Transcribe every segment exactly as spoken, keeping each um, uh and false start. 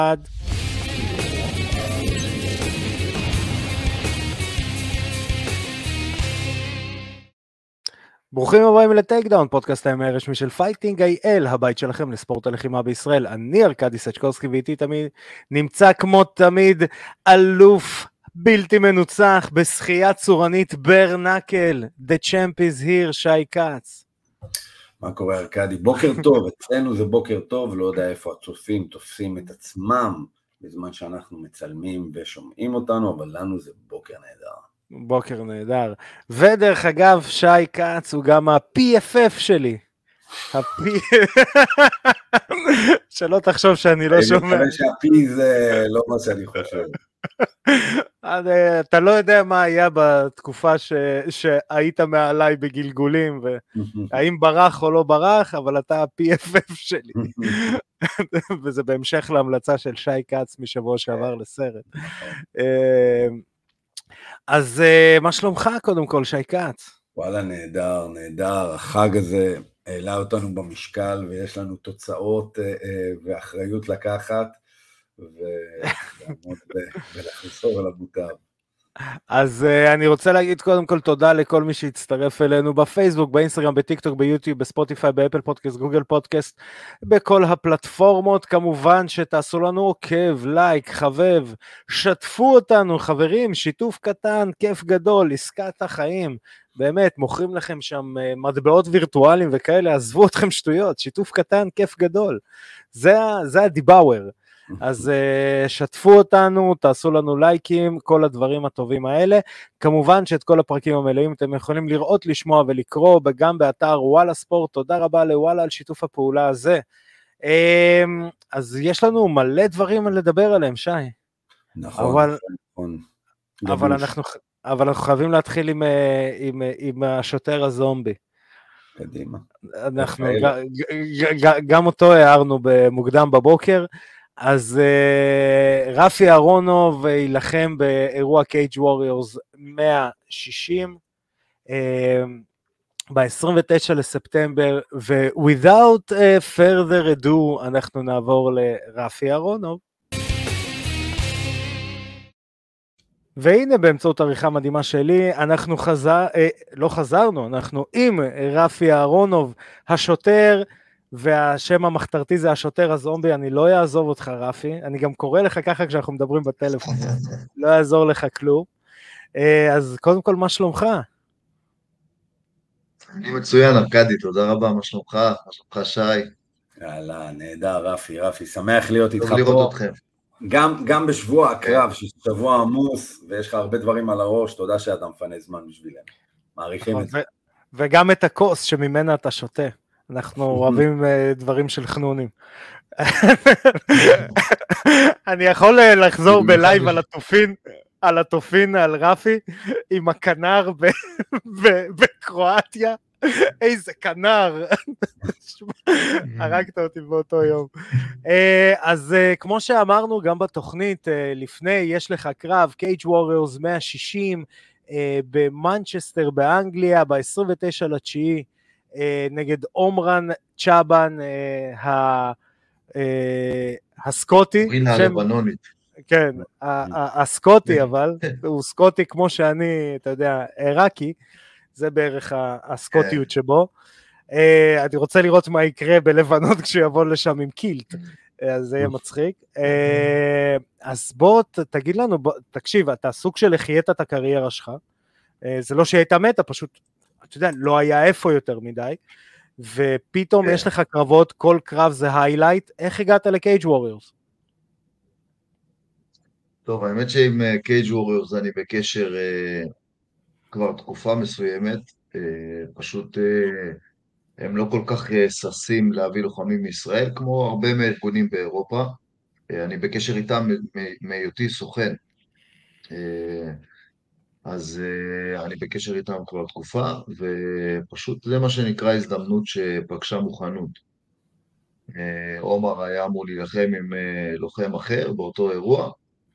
ברוכים הבאים לטייק דאון, פודקאסט הימי הרשמי של פייטינג איי אל, הבית שלכם לספורט הלחימה בישראל. אני ארקדי סצ'קובסקי, ואיתי תמיד נמצא כמו תמיד אלוף בלתי מנוצח בשחייה צורנית ברנקל. The champ is here, שי קץ. מה קורה ארקדי? בוקר טוב, אצלנו זה בוקר טוב, לא יודע איפה הצופים תופסים את עצמם בזמן שאנחנו מצלמים ושומעים אותנו, אבל לנו זה בוקר נהדר. בוקר נהדר. ודרך אגב, שי קץ הוא גם ה-פי אף אף שלי. שלא תחשוב שאני לא שומע. אני חושב שה-P זה לא מה שאני חושב. אתה לא יודע מה היה בתקופה שהיית מעליי בגלגולים, והאם ברח או לא ברח, אבל אתה ה-פי אף אף שלי. וזה בהמשך להמלצה של שי קץ משבוע שעבר לסרט. אז מה שלומך קודם כל, שי קץ? וואלה, נהדר, נהדר. החג הזה העלה אותנו במשקל, ויש לנו תוצאות ואחריות לקחת, ולעמוד ולחזור על המוטב. אז uh, אני רוצה להגיד קודם כל תודה לכל מי שהצטרף אלינו בפייסבוק, באינסטגרם, בטיקטוק, ביוטיוב, בספוטיפיי, באפל פודקאסט, גוגל פודקאסט, בכל הפלטפורמות. כמובן שתעשו לנו עוקב, לייק, חבב, שתפו אותנו חברים, שיתוף קטן, כיף גדול, עסקת החיים, באמת מוכרים לכם שם uh, מטבעות וירטואליים וכאלה, עזבו אתכם שטויות, שיתוף קטן, כיף גדול, זה, זה הדיבאוור. אז uh, שתפו אותנו, תעשו לנו לייקים, כל הדברים הטובים האלה. כמובן שאת כל הפרקים המלאים אתם יכולים לראות, לשמוע ולקרוא, גם באתר וואלה ספורט. תודה רבה לוואלה על שיתוף הפעולה הזה. Um, אז יש לנו מלא דברים לדבר עליהם, שי. נכון, אבל, נכון. אבל, אנחנו, אבל אנחנו חייבים להתחיל עם, עם, עם השוטר הזומבי. קדימה. אנחנו, ג, ג, ג, גם אותו הערנו במוקדם בבוקר. אז uh, רפי אהרונוב ילחם באירוע קייג' ווריורס מאה שישים uh, ב-עשרים ותשעה לספטמבר, ו-without uh, further ado אנחנו נעבור לרפי אהרונוב. והנה באמצעות עריכה מדהימה שלי, אנחנו חזר, אה, לא חזרנו, אנחנו עם רפי אהרונוב, השוטר, והשם המחתרתי זה השוטר הזומבי. אני לא יעזוב אותך רפי, אני גם קורא לך ככה כשאנחנו מדברים בטלפון, לא יעזור לך כלום. אז קודם כל, מה שלומך? אני מצוין ארקדי, תודה רבה, מה שלומך? מה שלומך שי? יאללה, נהדר רפי, רפי, שמח להיות איתך פה. טוב לראות אתכם. גם, גם בשבוע הקרב, שבוע עמוס, ויש לך הרבה דברים על הראש, תודה שאתה מפנה זמן בשבילנו. מעריכים את זה. וגם את הכוס שממנה אתה שותה. אנחנו אוהבים דברים של חנונים. אני יכול לחזור בלייב על התופין, על התופין, על רפי, עם הכנר בקרואטיה. איזה כנר. הרגת אותי באותו יום. אז כמו שאמרנו גם בתוכנית לפני, יש לך קרב, קייג' ווריורס מאה שישים, במנצ'סטר באנגליה, ב-עשרים ותשעה לתשיעי, נגד עומרן צ'אבן הסקוטי, רינה הלבנונית, כן, הסקוטי, אבל הוא סקוטי כמו שאני, אתה יודע, עיראקי, זה בערך הסקוטיות שבו. אני רוצה לראות מה יקרה בלבנון כשיבוא לשם עם קילט, אז זה יהיה מצחיק. אז בוא תגיד לנו, תקשיב, אתה סוג של החיית את הקריירה שלך, זה לא שהייתה מתה, פשוט אתה יודע, לא היה איפה יותר מדי, ופתאום יש לך קרבות, כל קרב זה היילייט. איך הגעת לקייג' ווריורס? טוב, האמת שעם קייג' ווריורס אני בקשר כבר תקופה מסוימת, פשוט הם לא כל כך ששים להביא לוחמים מישראל, כמו הרבה מארגונים באירופה. אני בקשר איתם מהיותי סוכן, אז uh, אני בקשר איתם כבר תקופה, ופשוט זה מה שנקרא הזדמנות שפגשה מוכנות. Uh, עומר היה אמור להילחם עם uh, לוחם אחר באותו אירוע,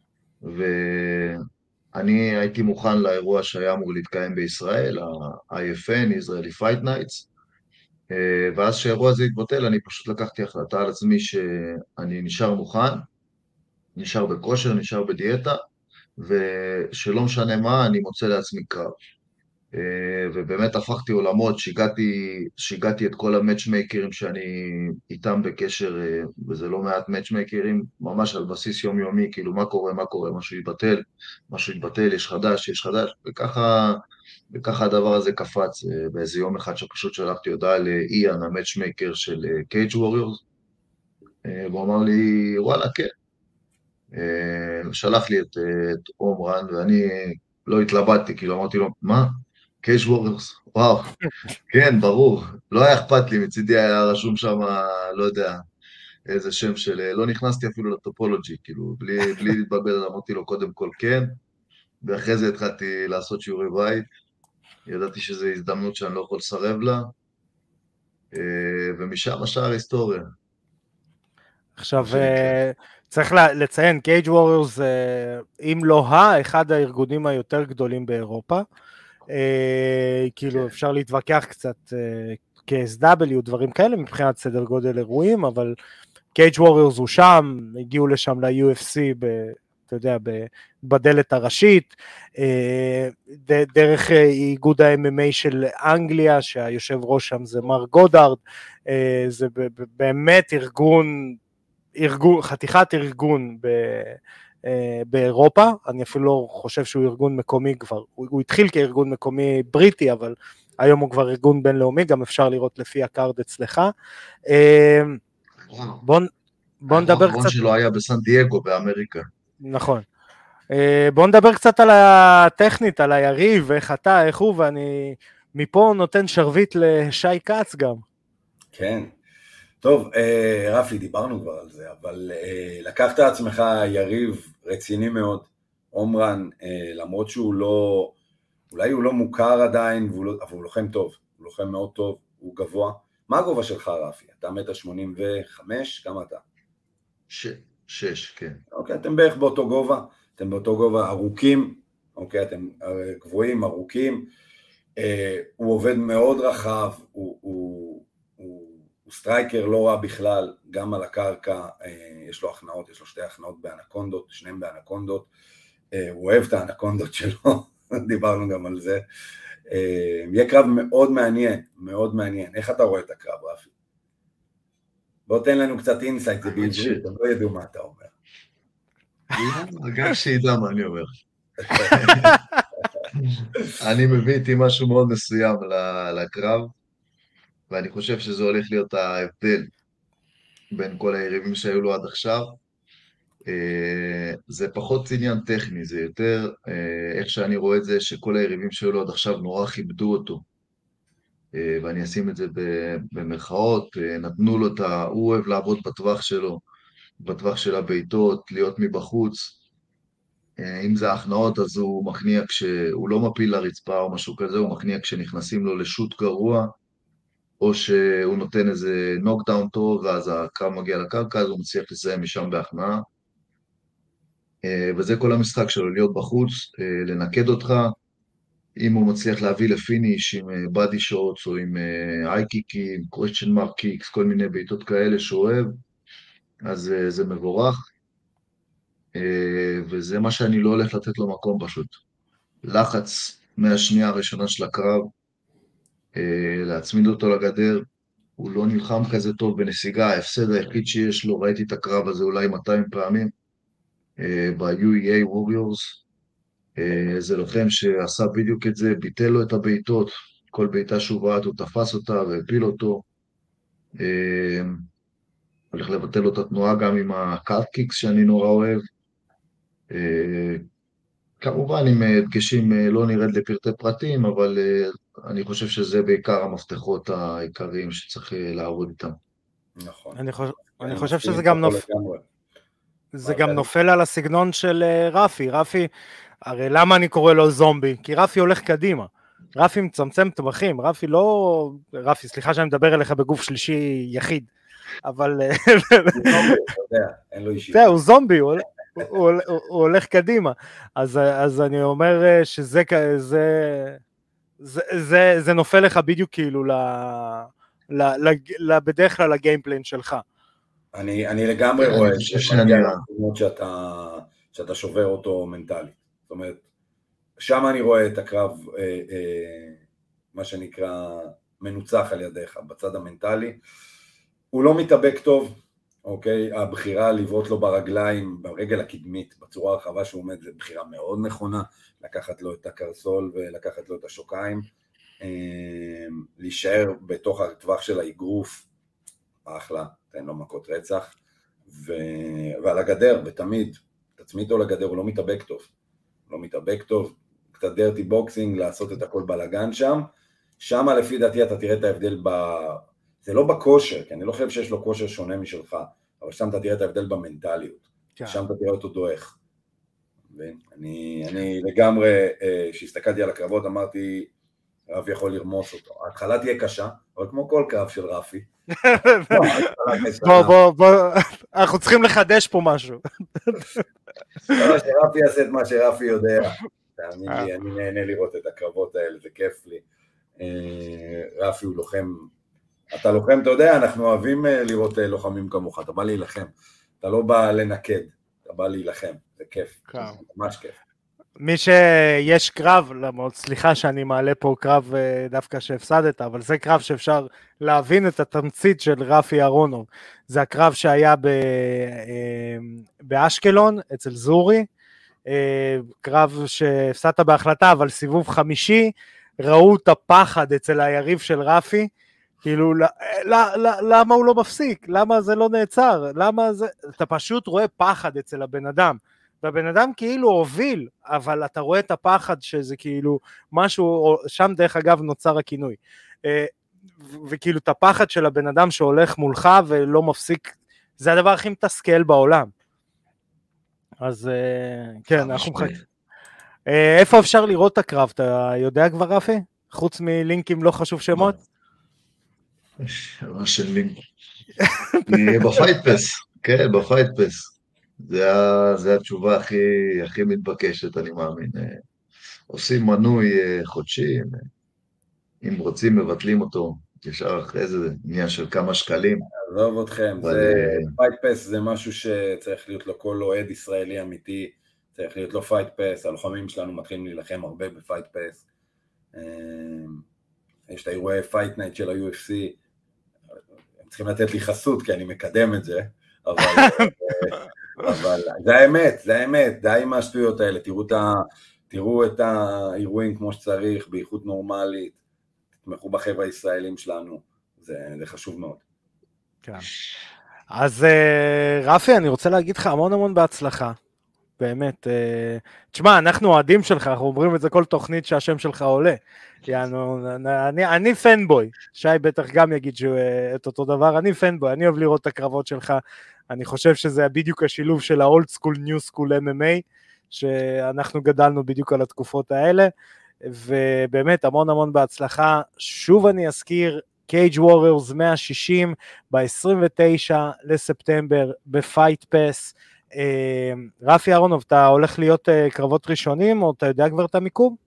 ואני הייתי מוכן לאירוע שהיה אמור להתקיים בישראל, ה-איי אף אן, Israeli Fight Nights, uh, ואז שהאירוע הזה התבטל, אני פשוט לקחתי החלטה על עצמי שאני נשאר מוכן, נשאר בכושר, נשאר בדיאטה, ושלא משנה מה, אני מוצא לעצמי קרב. ובאמת הפכתי עולמות, שיגעתי, שיגעתי את כל המאצ'מייקרים שאני איתם בקשר, וזה לא מעט מאצ'מייקרים, ממש על בסיס יומיומי, כאילו מה קורה, מה קורה, משהו יתבטל, משהו יתבטל, יש חדש, יש חדש, וככה, וככה הדבר הזה קפץ, באיזה יום אחד שפשוט שלחתי הודעה לאיאן, המאצ'מייקר של קייג' ווריורס, והוא אמר לי, וואלה, כן. שלח לי את, את עומרן, ואני לא התלבטתי, כאילו אמרתי לו, מה? קייג' ווריורס, וואו, כן, ברור, לא היה אכפת לי, מצידי היה רשום שם, לא יודע, איזה שם של, לא נכנסתי אפילו לטופולוגי, כאילו, בלי, בלי להתבלבל, אמרתי לו קודם כל כן, ואחרי זה התחלתי לעשות שיעורי בית, ידעתי שזו הזדמנות שאני לא יכול לסרב לה, ומשם השאר היסטוריה. עכשיו, צריך לציין, קייג' ווריורס, אם לא ה, אחד הארגונים היותר גדולים באירופה, כאילו אפשר להתווכח קצת כ-אס דאבליו, דברים כאלה, מבחינת סדר גודל אירועים, אבל קייג' ווריורס הוא שם, הגיעו לשם ל-יו אף סי, אתה יודע, בדלת הראשית, דרך איגוד ה-אם אם איי של אנגליה, שהיושב ראש שם זה מר גודארד, זה באמת ארגון, ארגון, חתיכת ארגון ב, באירופה, אני אפילו לא חושב שהוא ארגון מקומי כבר, הוא, הוא התחיל כארגון מקומי בריטי, אבל היום הוא כבר ארגון בינלאומי, גם אפשר לראות לפי הקארד אצלך. בוא, בוא נדבר קצת... שלא היה בסן דייגו באמריקה. נכון. בוא נדבר קצת על הטכנית, על היריב, איך אתה, איך הוא, ואני מפה נותן שרביט לשי קץ גם. כן. טוב, רפי, דיברנו כבר על זה, אבל לקחת עצמך יריב רציני מאוד, עומרן, למרות שהוא לא, אולי הוא לא מוכר עדיין, אבל הוא לוחם טוב, הוא לוחם מאוד טוב, הוא גבוה. מה הגובה שלך, רפי? אתה מטר שמונים וחמש? כמה אתה? ש... שש, כן. אוקיי, אתם בערך באותו גובה, אתם באותו גובה ארוכים, אוקיי, אתם גבוהים, ארוכים, הוא עובד מאוד רחב, הוא... הוא הוא סטרייקר לא רע בכלל, גם על הקרקע, יש לו הכנעות, יש לו שתי הכנעות באנקונדות, שניהם באנקונדות, הוא אוהב את האנקונדות שלו, דיברנו גם על זה, יהיה קרב מאוד מעניין, מאוד מעניין, איך אתה רואה את הקרב, רפי? בוא תן לנו קצת אינסייט, זה בעברית, הם לא ידעו מה אתה אומר. גם שידע מה אני אומר. אני מביא איתי משהו מאוד מסוים לקרב, ואני חושב שזה הולך להיות ההבדל בין כל היריבים שהיו לו עד עכשיו. זה פחות עניין טכני, זה יותר איך שאני רואה את זה, שכל היריבים שהיו לו עד עכשיו נורא כיבדו אותו. ואני אשים את זה במרכאות, נתנו לו את ה... הוא אוהב לעבוד בטווח שלו, בטווח של הביתות, להיות מבחוץ. אם זה ההכנעות, אז הוא מכניע כשהוא לא מפיל לרצפה או משהו כזה, הוא מכניע כשנכנסים לו לשוט גרוע, או שהוא נותן איזה נוקדאון טוב, ואז הקרב מגיע לקרקע, אז הוא מצליח לסיים משם בהכנעה. וזה כל המשחק שלו, להיות בחוץ, לנקד אותך, אם הוא מצליח להביא לפיניש עם בדי שוטס, או עם איי-קיקים, קוושן מרק קיקס, כל מיני בעיטות כאלה שהוא אוהב, אז זה מבורך. וזה מה שאני לא הולך לתת לו מקום פשוט. לחץ מהשנייה הראשונה של הקרב, להצמיד אותו לגדר, הוא לא נלחם כזה טוב בנסיגה, ההפסד היחיד שיש לו, ראיתי את הקרב הזה אולי מאתיים פעמים, ב-יו אי איי Warriors, זה לוחם שעשה בדיוק את זה, ביטל לו את הביתות, כל ביתה שהוא בעט הוא תפס אותה והפיל אותו, הולך לבטל לו את התנועה גם עם הקארט קיקס שאני נורא אוהב, כמובן עם דגשים לא נרד לפרטי פרטים, אבל אני חושב שזה בעיקר המפתחות העיקריים שצריך לעבוד איתם. נכון. אני חושב, אני חושב שזה גם נופל, זה גם נופל על הסגנון של רפי, רפי, הרי למה אני קורא לו זומבי? כי רפי הולך קדימה, רפי מצמצם טווחים, רפי לא, רפי, סליחה שאני מדבר אליך בגוף שלישי יחיד, אבל... הוא זומבי, הוא הולך קדימה, אז אני אומר שזה זה נופל לך בדיוק כאילו בדרך כלל לגיימפליין שלך. אני, אני לגמרי רואה את זה, מגיע למקומות שאתה, שאתה שובר אותו מנטלית. זאת אומרת, שם אני רואה את הקרב, אה, אה, מה שנקרא, מנוצח על ידיך, בצד המנטלי. הוא לא מתאבק טוב, אוקיי? הבחירה לבעוט לו ברגליים, ברגל הקדמית, בצורה הרחבה שהוא עומד, זה בחירה מאוד נכונה, לקחת לו את הקרסול ולקחת לו את השוקיים, אה, להישאר בתוך הטווח של האגרוף, אחלה, תן לו מכות רצח, ו... ועל הגדר, ותמיד, תצמיד לו לגדר, הוא לא מתאבק טוב, לא מתאבק טוב, קצת דרטי בוקסינג, לעשות את הכל בלגן שם, שם לפי דעתי אתה תראה את ההבדל, ב... זה לא בכושר, כי אני לא חושב שיש לו כושר שונה משלך, אבל שם אתה תראה את ההבדל במנטליות, כן. שם אתה תראה אותו דוח, ואני אני לגמרי, כשהסתכלתי על הקרבות, אמרתי, רפי יכול לרמוס אותו, ההתחלה תהיה קשה, אבל כמו כל קרב של רפי, בוא, בוא, בוא, אנחנו צריכים לחדש פה משהו. שרפי יעשה את מה שרפי יודע, תאמין לי, אני נהנה לראות את הקרבות האלה, זה כיף לי. רפי הוא לוחם, אתה לוחם, אתה יודע, אנחנו אוהבים לראות לוחמים כמוך, אתה בא להילחם, אתה לא בא לנקד, אתה בא להילחם, זה כיף, ממש כיף. מי שיש קרב, למרות סליחה שאני מעלה פה קרב דווקא שהפסדת, אבל זה קרב שאפשר להבין את התמצית של רפי אהרונוב, זה הקרב שהיה ב, באשקלון, אצל זורי, קרב שהפסדת בהחלטה, אבל סיבוב חמישי, ראו את הפחד אצל היריב של רפי, כאילו, למה הוא לא מפסיק? למה זה לא נעצר? למה זה, אתה פשוט רואה פחד אצל הבן אדם, והבן אדם כאילו הוביל, אבל אתה רואה את הפחד שזה כאילו משהו, שם דרך אגב נוצר הכינוי, וכאילו את הפחד של הבן אדם שהולך מולך ולא מפסיק, זה הדבר הכי מתסכל בעולם. אז כן, אנחנו מחכים. איפה אפשר לראות את הקרב? אתה יודע כבר רפי? חוץ מלינקים לא חשוב שמות? מה של לינק? בפייטפס, כן, בפייטפס. זה התשובה הכי, הכי מתבקשת, אני מאמין. עושים מנוי חודשי, אם רוצים מבטלים אותו, ישר אחרי זה עניין של כמה שקלים. עזוב אתכם, זה פייט פס, זה משהו שצריך להיות לו כל אוהד ישראלי אמיתי, צריך להיות לו פייט פס, הלוחמים שלנו מתחילים להילחם הרבה בפייט פס, יש את האירועי פייט נייט של ה-יו אף סי, הם צריכים לתת לי חסות כי אני מקדם את זה, אבל... אבל זה האמת, זה האמת, די עם השטויות האלה, תראו את, ה, תראו את האירועים כמו שצריך, באיכות נורמלית, תתמכו בחברה הישראלים שלנו, זה, זה חשוב מאוד. כן. אז רפי, אני רוצה להגיד לך המון המון בהצלחה, באמת, תשמע, אנחנו אוהדים שלך, אנחנו אומרים את זה כל תוכנית שהשם שלך עולה, יענו, אני, אני פנבוי, שי בטח גם יגיד שהוא, את אותו דבר, אני פנבוי, אני אוהב לראות את הקרבות שלך, אני חושב שזה בדיוק השילוב של ה-old school, new school אם אם איי, שאנחנו גדלנו בדיוק על התקופות האלה, ובאמת המון המון בהצלחה, שוב אני אזכיר, Cage Warriors מאה ושישים, ב-עשרים ותשעה לספטמבר, בפייט פס, רפי אהרונוב, אתה הולך להיות קרבות ראשונים, או אתה יודע כבר את המיקום?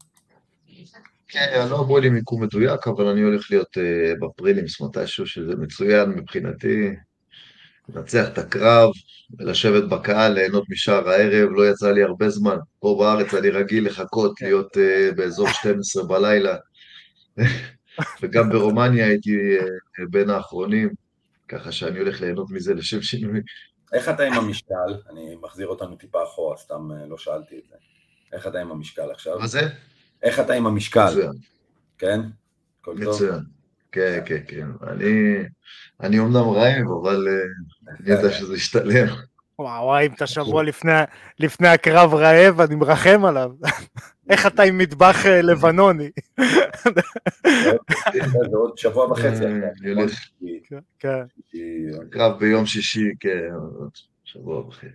כן, לא אמרו לי מיקום מדויק, אבל אני הולך להיות בפרילימס מתישהו, שזה מצוין מבחינתי, לנצח את הקרב, ולשבת בקהל, ליהנות משער הערב, לא יצא לי הרבה זמן, פה בארץ אני רגיל לחכות, להיות באזור שתים עשרה בלילה, וגם ברומניה הייתי בין האחרונים, ככה שאני הולך ליהנות מזה לשם שינוי. איך אתה עם המשקל? אני מחזיר אותנו טיפה אחורה, סתם לא שאלתי את זה. איך אתה עם המשקל עכשיו? מה זה? איך אתה עם המשקל? מצוין. כן? מצוין. כן, כן, כן. אני, אני אומנם רעב, אבל אני יודע שזה ישתלם. וואו, אם אתה שבוע לפני, לפני הקרב רעב, אני מרחם עליו. איך אתה עם מטבח לבנוני? זה עוד שבוע וחצי. כן. קרב ביום שישי, כן, עוד שבוע וחצי.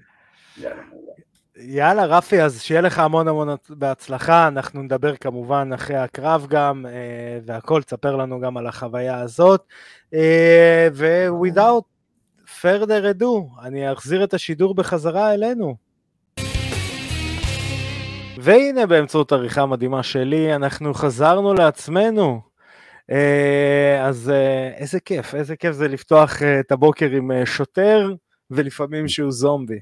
יאללה רפי, אז שיהיה לך המון המון בהצלחה, אנחנו נדבר כמובן אחרי הקרב גם, והכל, תספר לנו גם על החוויה הזאת, ו-without further ado, אני אחזיר את השידור בחזרה אלינו. והנה באמצעות עריכה מדהימה שלי, אנחנו חזרנו לעצמנו. אז איזה כיף, איזה כיף זה לפתוח את הבוקר עם שוטר, ולפעמים שהוא זומבי.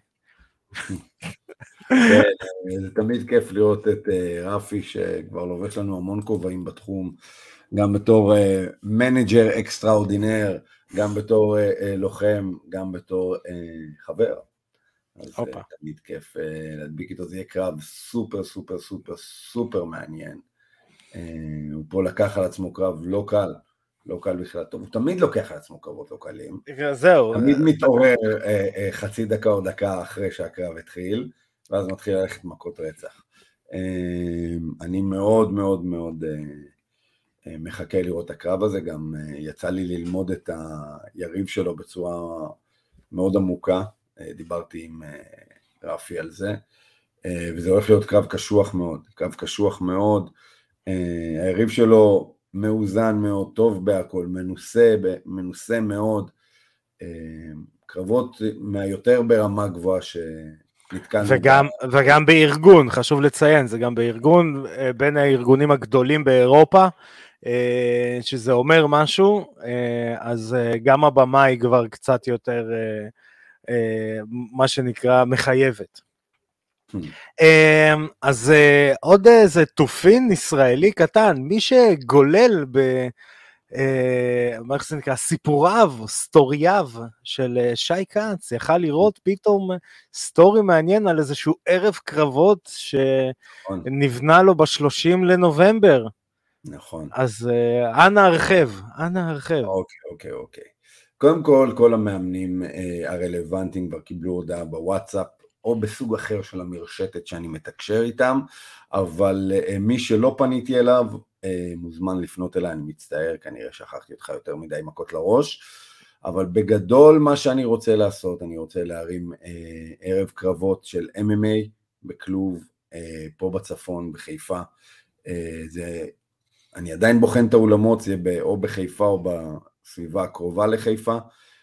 זה תמיד כיף לראות את רפי, שכבר לובש לנו המון כובעים בתחום, גם בתור מנג'ר אקסטראורדינר, גם בתור לוחם, גם בתור חבר. אז תמיד כיף להדביק איתו, זה יהיה קרב סופר סופר סופר סופר מעניין. הוא פה לקח על עצמו קרב לא קל, לא קל בכלל, טוב, הוא תמיד לוקח על עצמו קרבות לא קלים. זהו. תמיד מתעורר חצי דקה או דקה אחרי שהקרב התחיל, ואז מתחיל ללכת מכות רצח. אני מאוד מאוד מאוד מחכה לראות את הקרב הזה, גם יצא לי ללמוד את היריב שלו בצורה מאוד עמוקה, דיברתי עם רפי על זה, וזה הולך להיות קרב קשוח מאוד, קרב קשוח מאוד, היריב שלו מאוזן מאוד, טוב בהכל, מנוסה, מנוסה מאוד, קרבות מהיותר ברמה גבוהה שנתקלנו. וגם, וגם בארגון, חשוב לציין, זה גם בארגון, בין הארגונים הגדולים באירופה, שזה אומר משהו, אז גם הבמה היא כבר קצת יותר, מה שנקרא, מחייבת. אז עוד איזה תופין ישראלי קטן, מי שגולל ב... מה זה נקרא, סיפוריו, סטורייו של שי קאץ, יכל לראות פתאום סטורי מעניין על איזשהו ערב קרבות שנבנה לו ב-שלושים לנובמבר. נכון. אז אנא הרחב, אנא הרחב. אוקיי, אוקיי, אוקיי. קודם כל, כל המאמנים הרלוונטיים כבר קיבלו הודעה בוואטסאפ, או בסוג אחר של המרשתת שאני מתקשר איתם, אבל מי שלא פניתי אליו, מוזמן לפנות אליי, אני מצטער, כנראה שכחתי אותך יותר מדי מכות לראש, אבל בגדול מה שאני רוצה לעשות, אני רוצה להרים ערב קרבות של אם אם איי בכלוב, פה בצפון, בחיפה, זה, אני עדיין בוחן את האולמות, זה או בחיפה או בסביבה הקרובה לחיפה,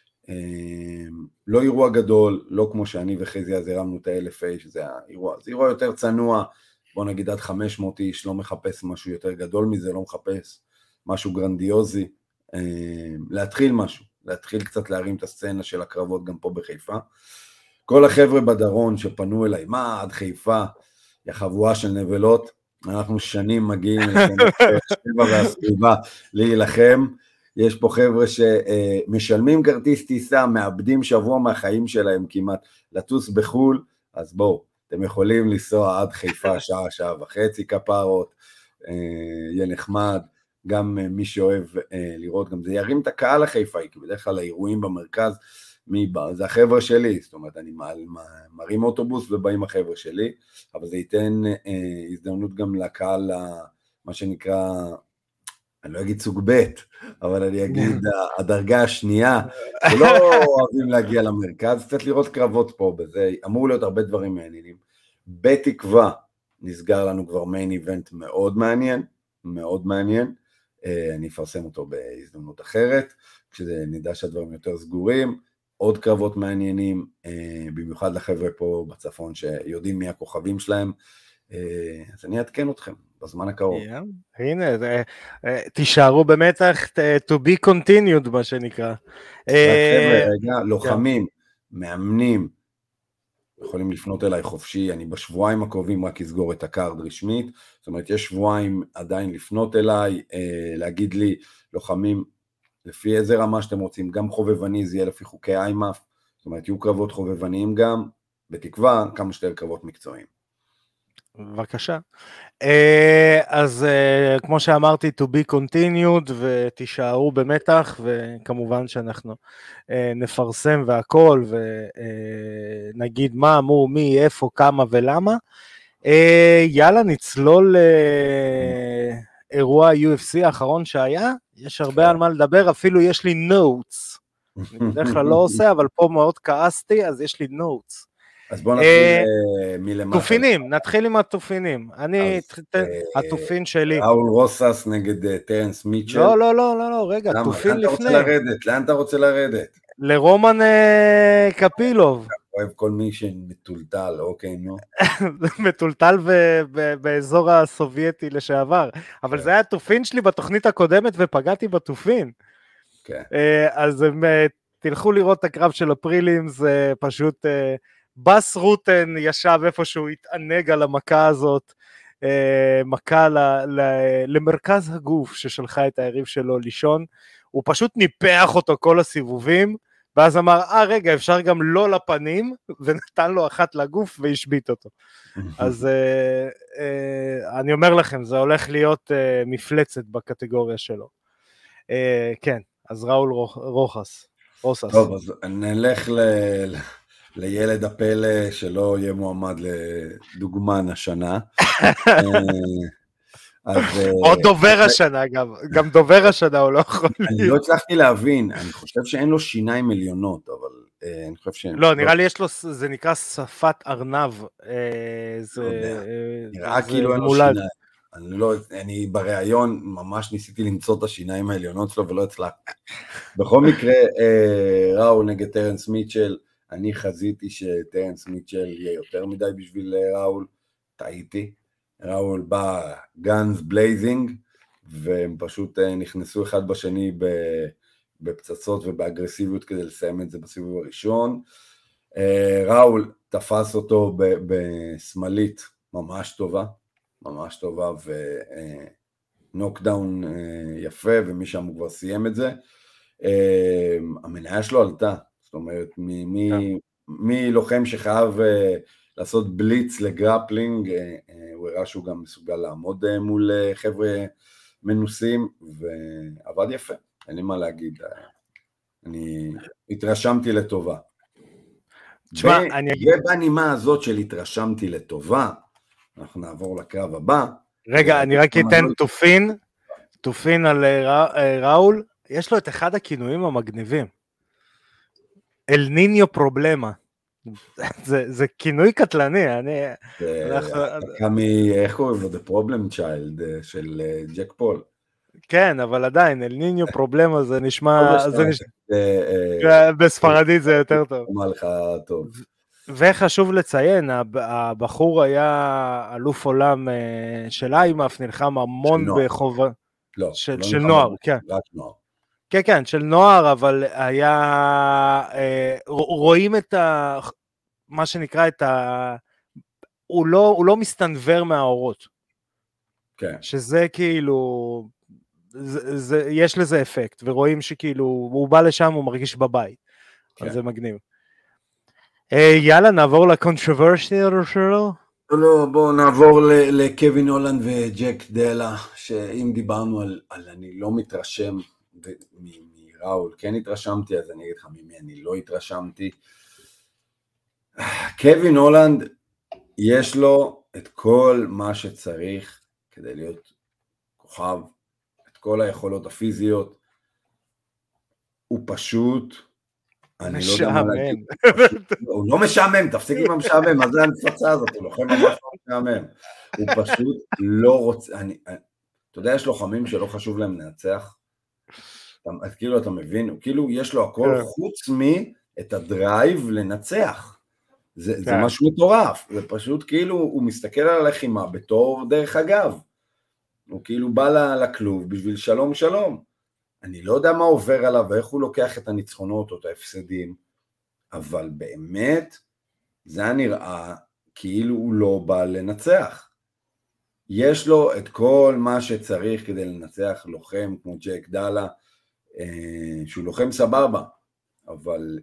לא אירוע גדול, לא כמו שאני וחזי אז הרמנו את ה-אלף איש, זה האירוע, זה אירוע יותר צנוע, בוא נגיד עד חמש מאות איש, לא מחפש משהו יותר גדול מזה, לא מחפש משהו גרנדיוזי, להתחיל משהו, להתחיל קצת להרים את הסצנה של הקרבות גם פה בחיפה. כל החבר'ה בדרון שפנו אליי, מה עד חיפה, יא חבורה של נבלות, אנחנו שנים מגיעים לשבע והסביבה להילחם, יש פה חבר'ה שמשלמים כרטיס טיסה, מאבדים שבוע מהחיים שלהם כמעט, לטוס בחול, אז בואו, אתם יכולים לנסוע עד חיפה שעה, שעה וחצי כפרות, יהיה נחמד, גם מי שאוהב לראות, גם זה ירים את הקהל החיפאי, כי בדרך כלל האירועים במרכז, מי בא? זה החבר'ה שלי, זאת אומרת, אני מרים אוטובוס ובאים החבר'ה שלי, אבל זה ייתן הזדמנות גם לקהל, מה שנקרא, אני לא אגיד סוג ב', אבל אני אגיד הדרגה השנייה, שלא אוהבים להגיע למרכז, קצת לראות קרבות פה, בזה אמור להיות הרבה דברים מעניינים. בתקווה נסגר לנו כבר מיין איבנט מאוד מעניין, מאוד מעניין, אני אפרסם אותו בהזדמנות אחרת, כשנדע שהדברים יותר סגורים, עוד קרבות מעניינים, במיוחד לחבר'ה פה בצפון שיודעים מי הכוכבים שלהם, אז אני אעדכן אתכם בזמן הקרוב. הנה, תישארו במתח, to be continued מה שנקרא. רגע, לוחמים, מאמנים, יכולים לפנות אליי חופשי, אני בשבועיים הקרובים רק אסגור את הקארד רשמית, זאת אומרת יש שבועיים עדיין לפנות אליי, להגיד לי לוחמים, לפי איזה רמה שאתם רוצים, גם חובבני זה יהיה לפי חוקי איימאף, זאת אומרת יהיו קרבות חובבניים גם, בתקווה כמה שתהיה קרבות מקצועיים. בבקשה. אז כמו שאמרתי, to be continued, ותישארו במתח, וכמובן שאנחנו נפרסם והכל, ונגיד מה, מו, מי, איפה, כמה ולמה. יאללה, נצלול אירוע יו אף סי האחרון שהיה, יש הרבה על מה לדבר, אפילו יש לי notes, אני בדרך כלל לא עושה, אבל פה מאוד כעסתי, אז יש לי notes. אז בוא נתחיל מלמטה. תופינים, נתחיל עם התופינים. אני, התופין שלי. ראול רוסס נגד טרנס מיטשל. לא, לא, לא, לא, לא, רגע, תופין לפני. לאן אתה רוצה לרדת? לאן אתה רוצה לרדת? לרומן קפילוב. אוהב כל מי שמטולטל, אוקיי, נו. מטולטל באזור הסובייטי לשעבר, אבל זה היה התופין שלי בתוכנית הקודמת ופגעתי בתופין. אז הם תלכו לראות את הקרב של הפרילים, זה פשוט בס רוטן ישב איפשהו, התענג על המכה הזאת, מכה למרכז הגוף ששלחה את היריב שלו לישון, הוא פשוט ניפח אותו כל הסיבובים, ואז אמר, אה רגע, אפשר גם לא לפנים, ונתן לו אחת לגוף והשביט אותו. אז אה, אה, אני אומר לכם, זה הולך להיות אה, מפלצת בקטגוריה שלו. אה, כן, אז ראול רוחס. רוסס. טוב, אז נלך ל... לילד הפלא שלא יהיה מועמד לדוגמן השנה. עוד דובר השנה גם, גם דובר השנה הוא לא יכול להיות. אני לא הצלחתי להבין, אני חושב שאין לו שיניים עליונות, אבל אני חושב שאין. לא, נראה לי יש לו, זה נקרא שפת ארנב. נראה כאילו אין לו שיניים. אני לא, אני בריאיון ממש ניסיתי למצוא את השיניים העליונות שלו ולא הצלחתי. בכל מקרה, ראול נגד טרנס מיטשל, אני חזיתי שטרנס מיטשל יהיה יותר מדי בשביל ראול, טעיתי. ראול בא גאנס בלייזינג, והם פשוט נכנסו אחד בשני בפצצות ובאגרסיביות כדי לסיים את זה בסיבוב הראשון. ראול תפס אותו בסמלית ממש טובה, ממש טובה, ונוקדאון יפה, ומשם הוא כבר סיים את זה. המניה שלו עלתה, זאת אומרת, מי לוחם שחייב לעשות בליץ לגרפלינג, הוא הראה שהוא גם מסוגל לעמוד מול חבר'ה מנוסים, ועבד יפה, אין לי מה להגיד, אני התרשמתי לטובה. תשמע, אני אגיד... ובנימה הזאת של התרשמתי לטובה, אנחנו נעבור לקרב הבא. רגע, אני רק אתן תופין, תופין על ראול, יש לו את אחד הכינויים המגניבים, אל ניניו פרובלמה. זה, זה כינוי קטלני, אני... כמי, איך קוראים לו? The Problem Child של ג'ק פול. כן, אבל עדיין, אל ניניו פרובלמה זה נשמע... בספרדית זה יותר טוב. אמר לך טוב. וחשוב לציין, הבחור היה אלוף עולם של איימאף, נלחם המון בחובה... לא, של נוער, כן. רק נוער. כן, כן, של נוער, אבל היה, אה, רואים את ה, מה שנקרא את ה, הוא לא, הוא לא מסתנבר מהאורות. כן. שזה כאילו, זה, זה, יש לזה אפקט, ורואים שכאילו, הוא בא לשם, הוא מרגיש בבית. כן. אז זה מגניב. אה, יאללה, נעבור לקונטרוברסיאל שלו. לא, בואו נעבור לקווין הולנד וג'ק דלה, שאם דיברנו על, על אני לא מתרשם, מראול כן התרשמתי, אז אני אגיד לך ממי אני לא התרשמתי. קווין הולנד יש לו את כל מה שצריך כדי להיות כוכב, את כל היכולות הפיזיות, הוא פשוט משעמם. הוא לא משעמם, תפסיק עם המשעמם, מה זה הנפצה הזאת, הוא לוחם ממש לא משעמם, הוא פשוט לא רוצה, אתה יודע, יש לוחמים שלא חשוב להם לנצח, אז כאילו אתה מבין, כאילו יש לו הכל חוץ מאת הדרייב לנצח, זה, זה משהו מטורף, זה פשוט כאילו הוא מסתכל על הלחימה בתור דרך אגב, הוא כאילו בא לכלוב בשביל שלום שלום, אני לא יודע מה עובר עליו ואיך הוא לוקח את הניצחונות או את ההפסדים, אבל באמת זה היה נראה כאילו הוא לא בא לנצח, יש לו את כל מה שצריך כדי לנצח לוחם כמו ג'ק דלה, שהוא לוחם סבבה, אבל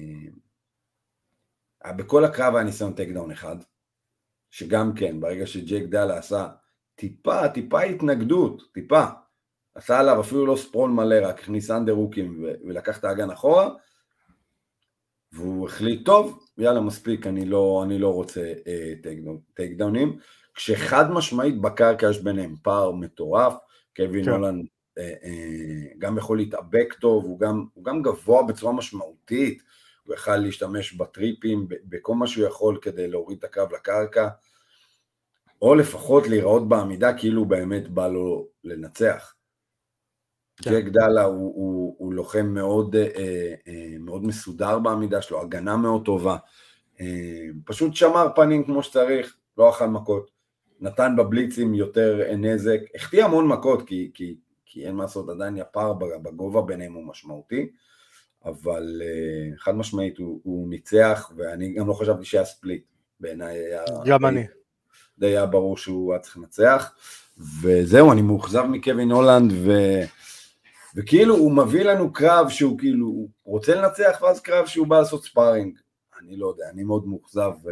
בכל הקרב היה ניסיון טקדאון אחד, שגם כן, ברגע שג'ק דלה עשה טיפה, טיפה התנגדות, טיפה, עשה עליו אפילו לא ספרול מלא, רק הכניס אנדר הוקים ולקח את האגן אחורה, והוא החליט טוב, יאללה מספיק, אני לא, אני לא רוצה טקדאונים, כשחד משמעית בקרקע יש ביניהם פער מטורף, קווין הולנד גם יכול להתאבק טוב, הוא גם, הוא גם גבוה בצורה משמעותית, הוא יכל להשתמש בטריפים, בכל מה שהוא יכול כדי להוריד את הקו לקרקע, או לפחות להיראות בעמידה כאילו באמת בא לו לנצח. ג'ק דלה הוא, הוא, הוא לוחם מאוד, מאוד מסודר בעמידה שלו, הגנה מאוד טובה, פשוט שמר פנים כמו שצריך, לא אכל מכות, נתן בבליצים יותר נזק, החטיא המון מכות, כי, כי, כי אין מה לעשות, עדיין הפער בגובה ביניהם הוא משמעותי, אבל חד משמעית הוא, הוא ניצח, ואני גם לא חשבתי שהיה ספליט, בעיניי היה... גם אני. די היה ברור שהוא היה צריך לנצח, וזהו, אני מאוכזב מקווין הולנד, ו... וכאילו הוא מביא לנו קרב שהוא כאילו, הוא רוצה לנצח, ואז קרב שהוא בא לעשות ספארינג, אני לא יודע, אני מאוד מאוכזב, ו...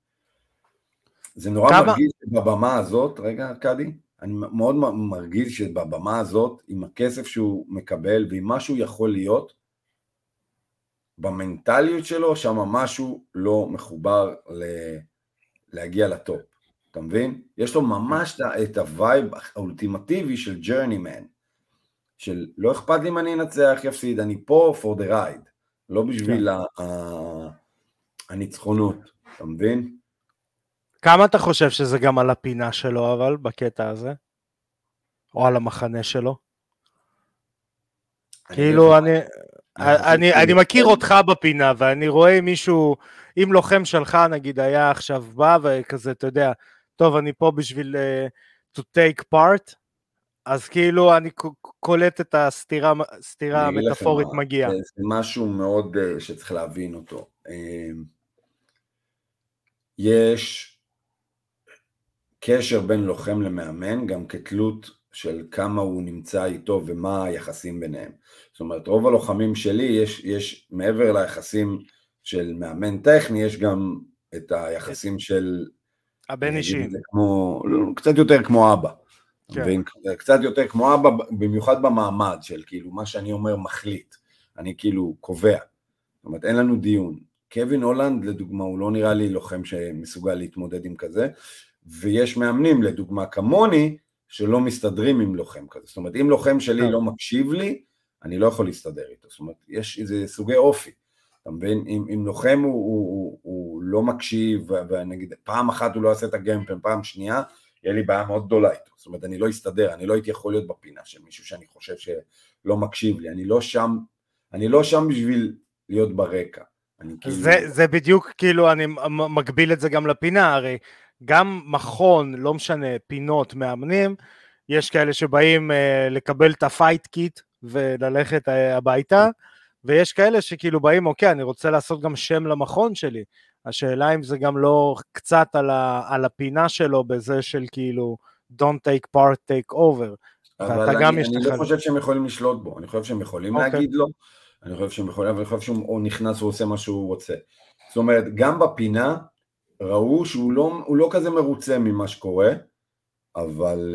זה נורא כמה... מרגיש שבבמה הזאת, רגע קדי, אני מאוד מרגיש שבבמה הזאת, עם הכסף שהוא מקבל, ועם מה שהוא יכול להיות, במנטליות שלו, שם משהו לא מחובר ל... להגיע לטופ, אתה מבין? יש לו ממש את הווייב האולטימטיבי של ג'רנימן, של לא אכפת לי אם אני אנצח, יפסיד, אני פה for the ride, לא בשביל הניצחונות, אתה מבין? כמה אתה חושב שזה גם על הפינה שלו, אבל, בקטע הזה? או על המחנה שלו? כאילו, אני... אני, אני מכיר אותך בפינה, ואני רואה מישהו, אם לוחם שלך נגיד היה עכשיו בא וכזה, אתה יודע, טוב, אני פה בשביל uh, to take part, אז כאילו אני קולט את הסתירה, הסתירה המטאפורית מגיעה. זה משהו מאוד uh, שצריך להבין אותו. Uh, יש קשר בין לוחם למאמן, גם כתלות של כמה הוא נמצא איתו ומה היחסים ביניהם. זאת אומרת, רוב הלוחמים שלי, יש, יש מעבר ליחסים של מאמן טכני, יש גם את היחסים של... הבן אישי. כמו, קצת יותר כמו אבא. כן. קצת יותר כמו אבא, במיוחד במעמד של כאילו, מה שאני אומר מחליט. אני כאילו קובע. זאת אומרת, אין לנו דיון. קווין הולנד, לדוגמה, הוא לא נראה לי לוחם שמסוגל להתמודד עם כזה, ויש מאמנים, לדוגמה, כמוני, שלא מסתדרים עם לוחם כזה. זאת אומרת, אם לוחם שלי לא מקשיב לי, אני לא יכול להסתדר איתו. זאת אומרת, יש איזה סוגי אופי. אתה מבין? אם, אם לוחם הוא, הוא, הוא, הוא לא מקשיב, ונגיד, פעם אחת הוא לא עושה את הגיימפלן, פעם שנייה, יהיה לי בעיה מאוד גדולה איתו. זאת אומרת, אני לא אסתדר, אני לא הייתי יכול להיות בפינה של מישהו שאני חושב שלא מקשיב לי. אני לא שם, אני לא שם בשביל להיות ברקע. אני כאילו... זה, זה בדיוק, כאילו, אני מגביל את זה גם לפינה, הרי גם מכון, לא משנה, פינות, מאמנים, יש כאלה שבאים uh, לקבל את הפייט קיט וללכת uh, הביתה, ויש כאלה שכאילו באים, אוקיי, אני רוצה לעשות גם שם למכון שלי. השאלה אם זה גם לא קצת על, ה, על הפינה שלו, בזה של כאילו, don't take part, take over. אבל אני, אני לא חושב שהם יכולים לשלוט בו, אני חושב שהם יכולים okay. להגיד לו, אני חושב שהם יכולים, אבל אני חושב שהוא נכנס ועושה מה שהוא רוצה. זאת אומרת, גם בפינה, ראו שהוא לא, הוא לא כזה מרוצה ממה שקורה, אבל,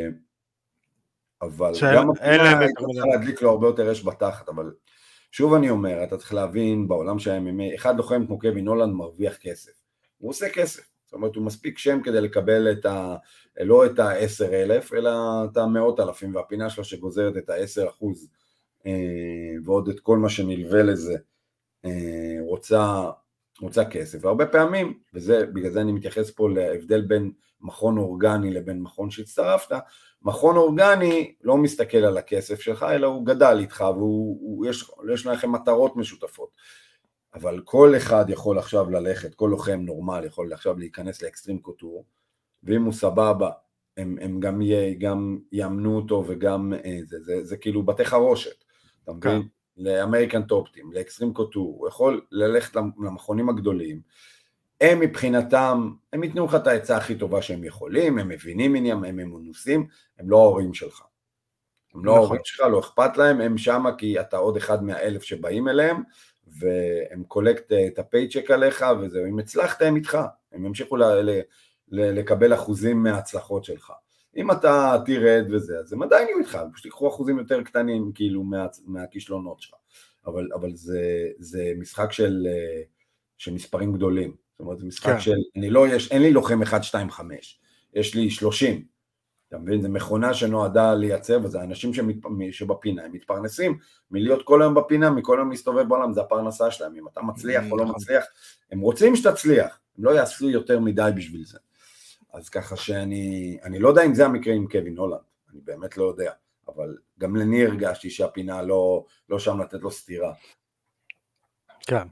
אבל גם בפינה הייתה צריכה להדליק לו הרבה יותר אש בתחת, אבל שוב אני אומר, אתה צריך להבין, בעולם של ה-אם אם איי, אחד לוחם כמו קווין הולנד מרוויח כסף, הוא עושה כסף, זאת אומרת, הוא מספיק שם כדי לקבל את ה, לא את ה-עשרת אלפים, אלא את המאות אלפים, והפינה שלו שגוזרת את ה-עשרה אחוז, ועוד את כל מה שנלווה לזה, רוצה, רוצה כסף, והרבה פעמים, וזה, בגלל זה אני מתייחס פה להבדל בין מכון אורגני לבין מכון שהצטרפת, מכון אורגני לא מסתכל על הכסף שלך, אלא הוא גדל איתך, ויש יש לכם מטרות משותפות, אבל כל אחד יכול עכשיו ללכת, כל לוחם נורמל יכול עכשיו להיכנס לאקסטרים קוטור, ואם הוא סבבה, הם, הם גם, יהיה, גם יאמנו אותו, וגם זה, זה, זה כאילו בתי חרושת, אתה מבין? לאמריקן טופטים, לאקסטרים קוטור, הוא יכול ללכת למכונים הגדולים, הם מבחינתם, הם ייתנו לך את העצה הכי טובה שהם יכולים, הם מבינים עניין, הם מנוסים, הם לא ההורים שלך. הם לא ההורים שלך, לא אכפת להם, הם שמה כי אתה עוד אחד מהאלף שבאים אליהם, והם קולקט את הפייצ'ק עליך, וזהו, אם הצלחת הם איתך, הם ימשיכו ל- ל- ל- לקבל אחוזים מההצלחות שלך. אם אתה תירד וזה, אז הם עדיין יהיו איתך, פשוט יקחו אחוזים יותר קטנים, כאילו, מה, מהכישלונות שלך. אבל, אבל זה, זה משחק של, של מספרים גדולים. זאת אומרת, זה משחק כן. של, אני לא, יש, אין לי לוחם אחד, שתיים, חמש, יש לי שלושים. אתה מבין? זה מכונה שנועדה לייצר, וזה אנשים שמת, שבפינה, הם מתפרנסים מלהיות כל היום בפינה, מכל היום להסתובב בעולם, זה הפרנסה שלהם. אם אתה מצליח או לא מצליח, הם רוצים שתצליח, הם לא יעשו יותר מדי בשביל זה. אז ככה שאני, אני לא יודע אם זה המקרה עם קווין הולנד, אני באמת לא יודע, אבל גם לני הרגשתי שהפינה לא, לא שם לתת לו סתירה. כן.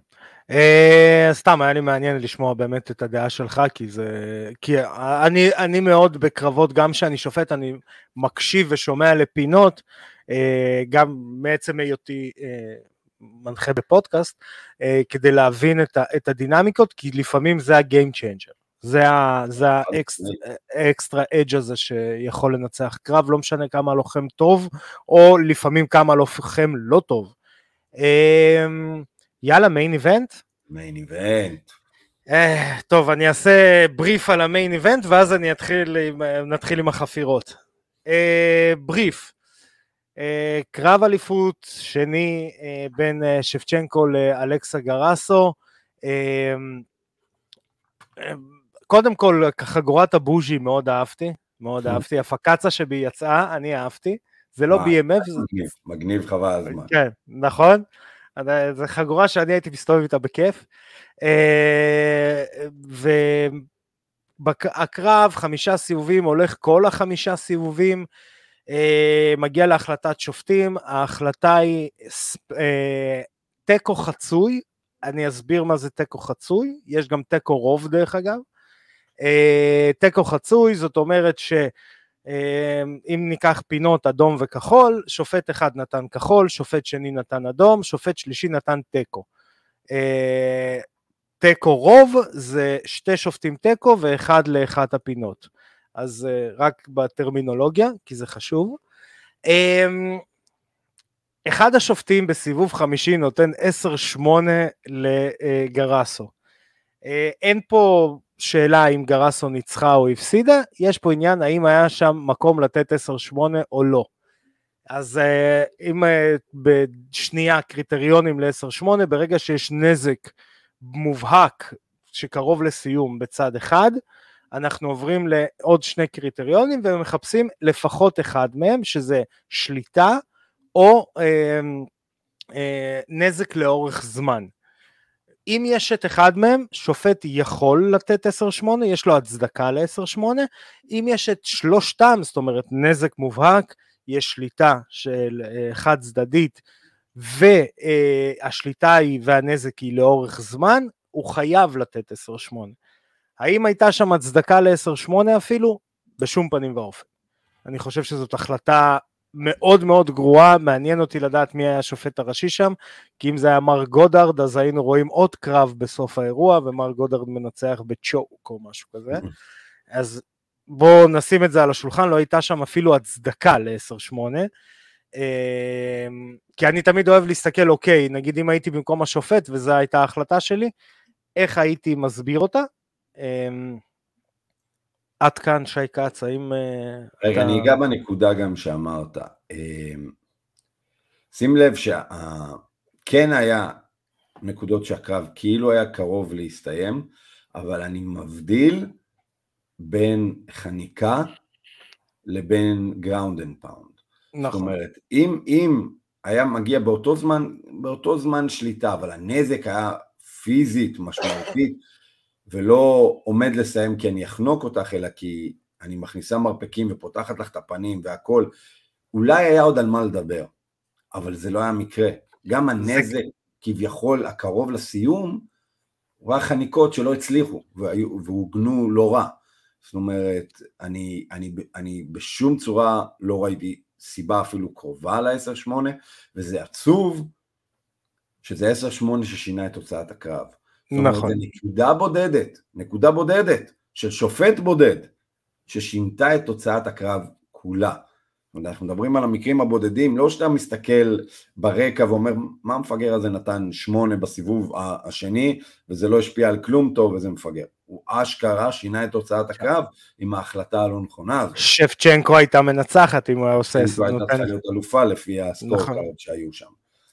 סתם, היה לי מעניין לשמוע באמת את הדעה שלך, כי זה, כי אני, אני מאוד בקרבות, גם שאני שופט, אני מקשיב ושומע לפינות, גם מעצם היותי מנחה בפודקאסט, כדי להבין את, את הדינמיקות, כי לפעמים זה הגיים צ'יינג'ר, זה, זה האקסטרה אדג' הזה שיכול לנצח קרב, לא משנה כמה הלוחם טוב, או לפעמים כמה הלוחם לא טוב. יאללה, מיין איבנט? מיין איבנט. טוב, אני אעשה בריף על המיין איבנט, ואז אני אתחיל, נתחיל עם החפירות. בריף. קרב אליפות שני בין שבצ'נקו לאלכסה גרסו. קודם כל, חגורת הבוז'י מאוד אהבתי, מאוד אהבתי. הפקצה שבי יצאה, אני אהבתי. זה לא בי אם אף. מגניב, מגניב חבל הזמן. כן, נכון. זו חגורה שאני הייתי מסתובב איתה בכיף, והקרב חמישה סיבובים, הולך כל החמישה סיבובים, מגיע להחלטת שופטים, ההחלטה היא טקו חצוי, אני אסביר מה זה טקו חצוי, יש גם טקו רוב דרך אגב, טקו חצוי זאת אומרת ש... אם ניקח פינות אדום וכחול, שופט אחד נתן כחול, שופט שני נתן אדום, שופט שלישי נתן טקו. טקו רוב זה שתי שופטים טקו ואחד לאחת הפינות. אז רק בטרמינולוגיה, כי זה חשוב. אחד השופטים בסיבוב חמישי נותן עשר שמונה לגרסו. אין פה... שאלה אם גרסו ניצחה או הפסידה, יש פה עניין האם היה שם מקום לתת עשר שמונה או לא. אז אם בשנייה קריטריונים ל-עשר שמונה, ברגע שיש נזק מובהק שקרוב לסיום בצד אחד, אנחנו עוברים לעוד שני קריטריונים ומחפשים לפחות אחד מהם, שזה שליטה או אה, אה, נזק לאורך זמן. אם יש את אחד מהם, שופט יכול לתת עשר שמונה, יש לו הצדקה ל-עשר שמונה, אם יש את שלושתם, זאת אומרת נזק מובהק, יש שליטה של חד צדדית, והשליטה היא והנזק היא לאורך זמן, הוא חייב לתת עשר שמונה. האם הייתה שם הצדקה ל-עשר שמונה אפילו? בשום פנים ואופן. אני חושב שזאת החלטה מאוד מאוד גרועה, מעניין אותי לדעת מי היה השופט הראשי שם, כי אם זה היה מר גודארד, אז היינו רואים עוד קרב בסוף האירוע, ומר גודארד מנצח בצ'וק או משהו כזה, אז בואו נשים את זה על השולחן, לא הייתה שם אפילו הצדקה ל-עשר שמונה, כי אני תמיד אוהב להסתכל, אוקיי, נגיד אם הייתי במקום השופט, וזו הייתה ההחלטה שלי, איך הייתי מסביר אותה? עד כאן שי קץ, האם... רגע, אני אגע בנקודה גם שאמרת. שים לב שכן היה נקודות שהקרב כאילו היה קרוב להסתיים, אבל אני מבדיל בין חניקה לבין ground and pound. נכון. זאת אומרת, אם, אם היה מגיע באותו זמן, באותו זמן שליטה, אבל הנזק היה פיזית, משמעותית, ולא עומד לסיים כי אני אחנוק אותך, אלא כי אני מכניסה מרפקים ופותחת לך את הפנים והכל, אולי היה עוד על מה לדבר, אבל זה לא היה מקרה. גם הנזק כביכול הקרוב לסיום, הוא היה חניקות שלא הצליחו, והוגנו לא רע. זאת אומרת, אני, אני, אני בשום צורה לא ראיתי סיבה אפילו קרובה ל-עשר שמונה, וזה עצוב שזה עשר שמונה ששינה את תוצאת הקרב. נכון. זאת אומרת, זה נקודה בודדת, נקודה בודדת של שופט בודד, ששינתה את תוצאת הקרב כולה. אנחנו מדברים על המקרים הבודדים, לא שאתה מסתכל ברקע ואומר, מה המפגר הזה נתן שמונה בסיבוב השני, וזה לא השפיע על כלום טוב, וזה מפגר. הוא אשכרה שינה את תוצאת הקרב עם ההחלטה הלא נכונה. שבצ'נקו הייתה מנצחת אם הוא היה עושה... שבצ'נקו הייתה צריכה להיות אלופה לפי הסקורקארד שהיו שם.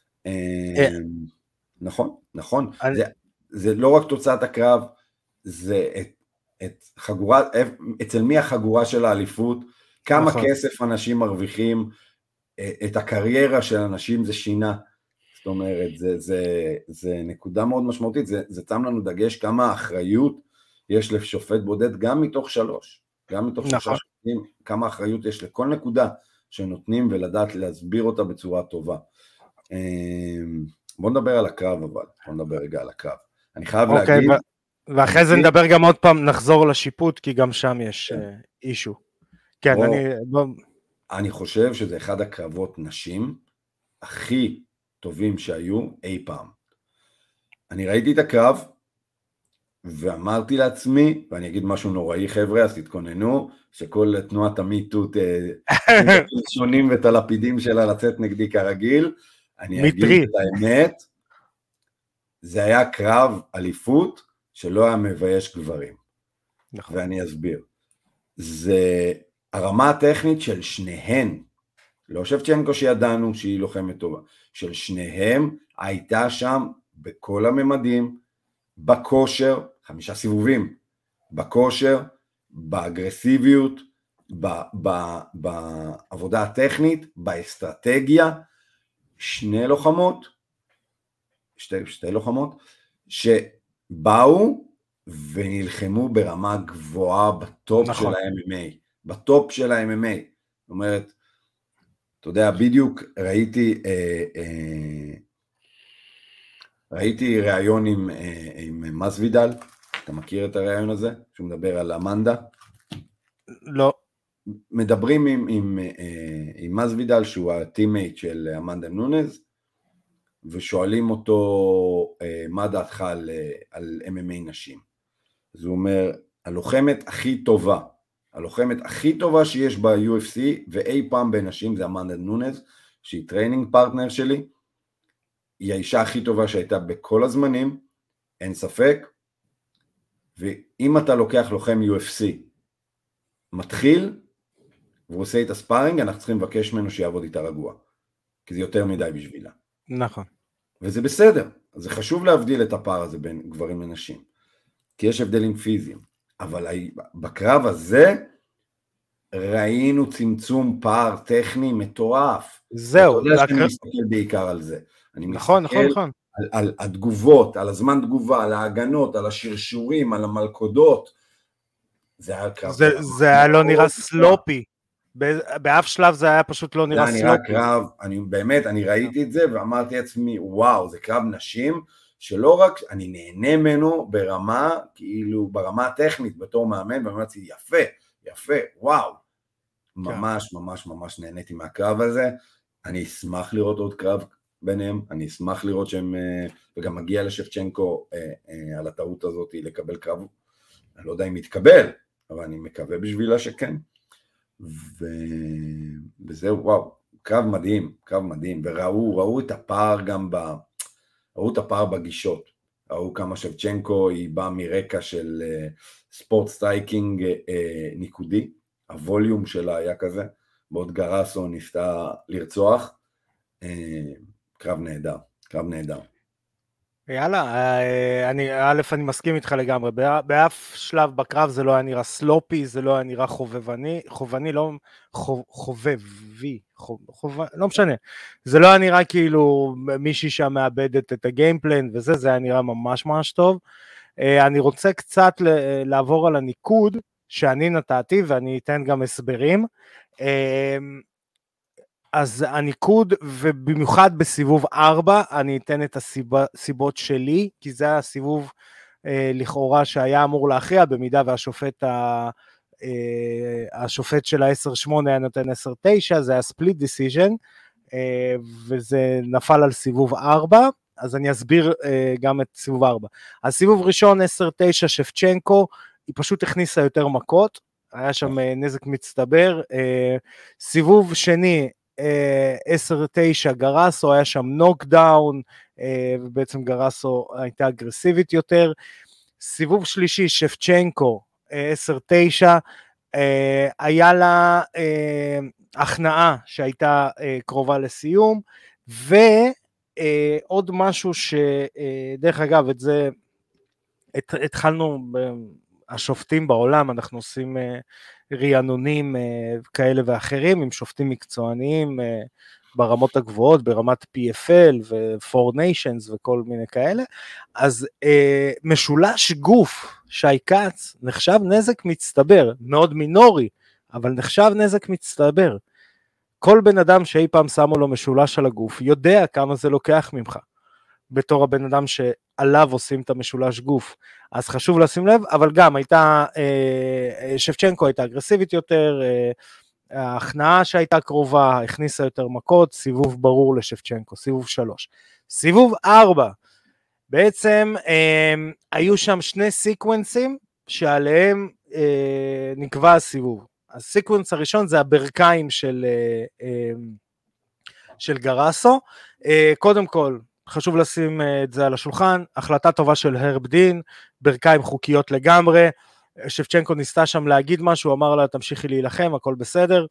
נכון, נכון. זה לא רק תוצאת הקרב, זה את חגורה, אצל מי החגורה של האליפות, כמה נכון. כסף אנשים מרוויחים, את הקריירה של אנשים זה שינה, זאת אומרת, זה, זה, זה נקודה מאוד משמעותית, זה, זה שם לנו דגש כמה אחריות יש לשופט בודד, גם מתוך שלוש, גם מתוך נכון. שלושה שופטים, כמה אחריות יש לכל נקודה שנותנים, ולדעת להסביר אותה בצורה טובה. בוא נדבר על הקרב אבל, בוא נדבר רגע על הקרב. אני חייב אוקיי, להגיד... ו... ואחרי זה נדבר גם עוד פעם, נחזור לשיפוט, כי גם שם יש כן. אישו. כן, בוא, אני... בוא... אני חושב שזה אחד הקרבות נשים הכי טובים שהיו אי פעם. אני ראיתי את הקרב, ואמרתי לעצמי, ואני אגיד משהו נוראי חבר'ה, אז תתכוננו, שכל תנועת המיטות, שונים ואת הלפידים שלה לצאת נגדי כרגיל, אני אגיד את האמת, זה היה קרב אליפות, שלא היה מבייש גברים. נכון. ואני אסביר. זה הרמה הטכנית של שניהן, לא שבצ'נקו שידענו שהיא לוחמת טובה, של שניהם הייתה שם בכל הממדים, בכושר, חמישה סיבובים, בכושר, באגרסיביות, בעבודה הטכנית, באסטרטגיה, שני לוחמות, שתי, שתי לוחמות, שבאו ונלחמו ברמה גבוהה בטופ נכון. של ה-אם אם איי, בטופ של ה-אם אם איי, זאת אומרת, אתה יודע, בדיוק ראיתי, אה, אה, ראיתי ראיון עם, עם מסוידל, אתה מכיר את הראיון הזה? שהוא מדבר על אמנדה? לא. מדברים עם, עם, עם מסוידל, שהוא הטימייט של אמנדה נונז, ושואלים אותו, מה דעתך על, על אם אם איי נשים? אז הוא אומר, הלוחמת הכי טובה, הלוחמת הכי טובה שיש ב-יו אף סי, ואי פעם בנשים זה אמנדה נונז, שהיא טריינינג פרטנר שלי, היא האישה הכי טובה שהייתה בכל הזמנים, אין ספק, ואם אתה לוקח לוחם יו אף סי, מתחיל, והוא עושה את הספארינג, אנחנו צריכים לבקש ממנו שיעבוד איתה רגוע, כי זה יותר מדי בשבילה. נכון. וזה בסדר, זה חשוב להבדיל את הפער הזה בין גברים לנשים, כי יש הבדלים פיזיים, אבל בקרב הזה, ראינו צמצום פער טכני מטורף. זהו. אתה יודע שאני מסתכל בעיקר על זה. אני נכון, מסתכל נכון, נכון. על, על התגובות, על הזמן תגובה, על ההגנות, על השרשורים, על המלכודות. זה היה קרב. זה, זה היה לא נראה סלופי. באף שלב זה היה פשוט לא נראה סלופי. זה נראה קרב, אני באמת, אני ראיתי את זה ואמרתי לעצמי, וואו, זה קרב נשים, שלא רק, אני נהנה ממנו ברמה, כאילו ברמה הטכנית בתור מאמן, ואמרתי, יפה, יפה, וואו. ממש, ממש, ממש נהניתי מהקרב הזה, אני אשמח לראות עוד קרב ביניהם, אני אשמח לראות שהם, וגם מגיע לשבצ'נקו על הטעות הזאת לקבל קרב, אני לא יודע אם יתקבל, אבל אני מקווה בשבילה שכן, ו... וזהו, וואו, קרב מדהים, קרב מדהים, וראו, ראו את הפער גם ב... ראו את הפער בגישות, ראו כמה שבצ'נקו היא באה מרקע של ספורט סטרייקינג ניקודי, הווליום שלה היה כזה, בעוד גרסו ניסתה לרצוח, קרב נהדר, קרב נהדר. יאללה, אני, א', אני מסכים איתך לגמרי, באף שלב בקרב זה לא היה נראה סלופי, זה לא היה נראה חובבני, חובני, לא חובבי, חוב, לא משנה, זה לא היה נראה כאילו מישהי שם מאבדת את הגיימפלן וזה, זה היה נראה ממש ממש טוב. אני רוצה קצת לעבור על הניקוד, שאני נתתי, ואני אתן גם הסברים. אז הניקוד, ובמיוחד בסיבוב ארבע, אני אתן את הסיבות שלי, כי זה הסיבוב לכאורה שהיה אמור להכריע, במידה והשופט ה... השופט של ה-עשר שמונה היה נותן עשר תשע, זה היה ספליט דיסיז'ן, וזה נפל על סיבוב ארבע, אז אני אסביר גם את סיבוב ארבע. אז סיבוב ראשון, עשר תשע, שבצ'נקו, היא פשוט הכניסה יותר מכות, היה שם נזק מצטבר. סיבוב שני, עשר תשע, גרסו, היה שם נוקדאון, ובעצם גרסו הייתה אגרסיבית יותר. סיבוב שלישי, שבצ'נקו, עשר תשע, היה לה הכנעה שהייתה קרובה לסיום, ועוד משהו שדרך אגב, את זה התחלנו השופטים בעולם, אנחנו עושים רענונים כאלה ואחרים, עם שופטים מקצועניים ברמות הגבוהות, ברמת פי אף אל ו-Four Nations וכל מיני כאלה, אז משולש גוף, שי קץ, נחשב נזק מצטבר, מאוד מינורי, אבל נחשב נזק מצטבר. כל בן אדם שאי פעם שמו לו משולש על הגוף, יודע כמה זה לוקח ממך. בתור הבן אדם שעליו עושים את המשולש גוף, אז חשוב לשים לב, אבל גם הייתה, שבצ'נקו הייתה אגרסיבית יותר, ההכנעה שהייתה קרובה, הכניסה יותר מכות, סיבוב ברור לשבצ'נקו, סיבוב שלוש. סיבוב ארבע, בעצם היו שם שני סיקוונסים, שעליהם נקבע הסיבוב. הסיקוונס הראשון זה הברכיים של, של גרסו, קודם כל, חשוב לשים את זה על השולחן, החלטה טובה של הרב דין, ברכיים חוקיות לגמרי, שבצ'נקו ניסתה שם להגיד משהו, אמר לה תמשיכי להילחם, הכל בסדר,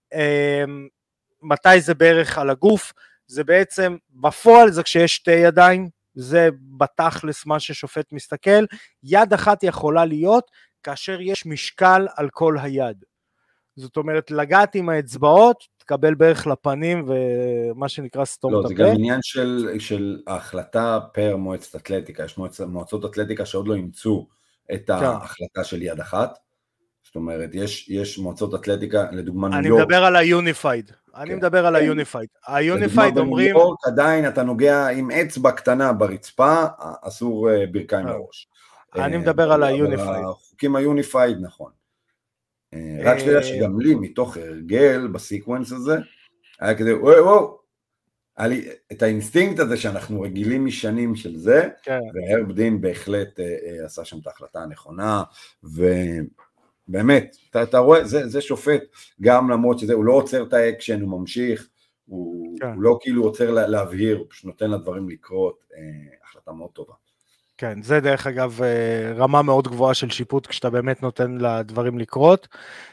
מתי זה בערך על הגוף, זה בעצם, בפועל זה כשיש שתי ידיים, זה בתכלס מה ששופט מסתכל, יד אחת יכולה להיות, כאשר יש משקל על כל היד, זאת אומרת, לגעת עם האצבעות, תקבל בערך לפנים, ומה שנקרא סתום את הפה. לא, זה גם עניין של, של ההחלטה פר מועצת אתלטיקה, יש מועצ, מועצות אתלטיקה שעוד לא אימצו את ההחלטה של יד אחת, זאת אומרת, יש, יש מועצות אתלטיקה, לדוגמה ניו יורק. אני מדבר על היוניפייד, אני מדבר על היוניפייד. היוניפייד אומרים... בניו יורק עדיין אתה נוגע עם אצבע קטנה ברצפה, אסור ברכיים לראש. אני מדבר על היוניפייד. החוקים היוניפייד, נכון. רק שתדע שגם לי, מתוך הרגל בסיקוונס הזה, היה כזה, וואו, וואו, היה לי את האינסטינקט הזה שאנחנו רגילים משנים של זה, והרב דין בהחלט עשה שם את ההחלטה הנכונה, ובאמת, אתה רואה, זה שופט, גם למרות שזה, הוא לא עוצר את האקשן, הוא ממשיך, הוא לא כאילו עוצר להבהיר, הוא פשוט נותן לדברים לקרות, החלטה מאוד טובה. כן, זה דרך אגב רמה מאוד גבוהה של שיפוט, כשאתה באמת נותן לדברים לקרות.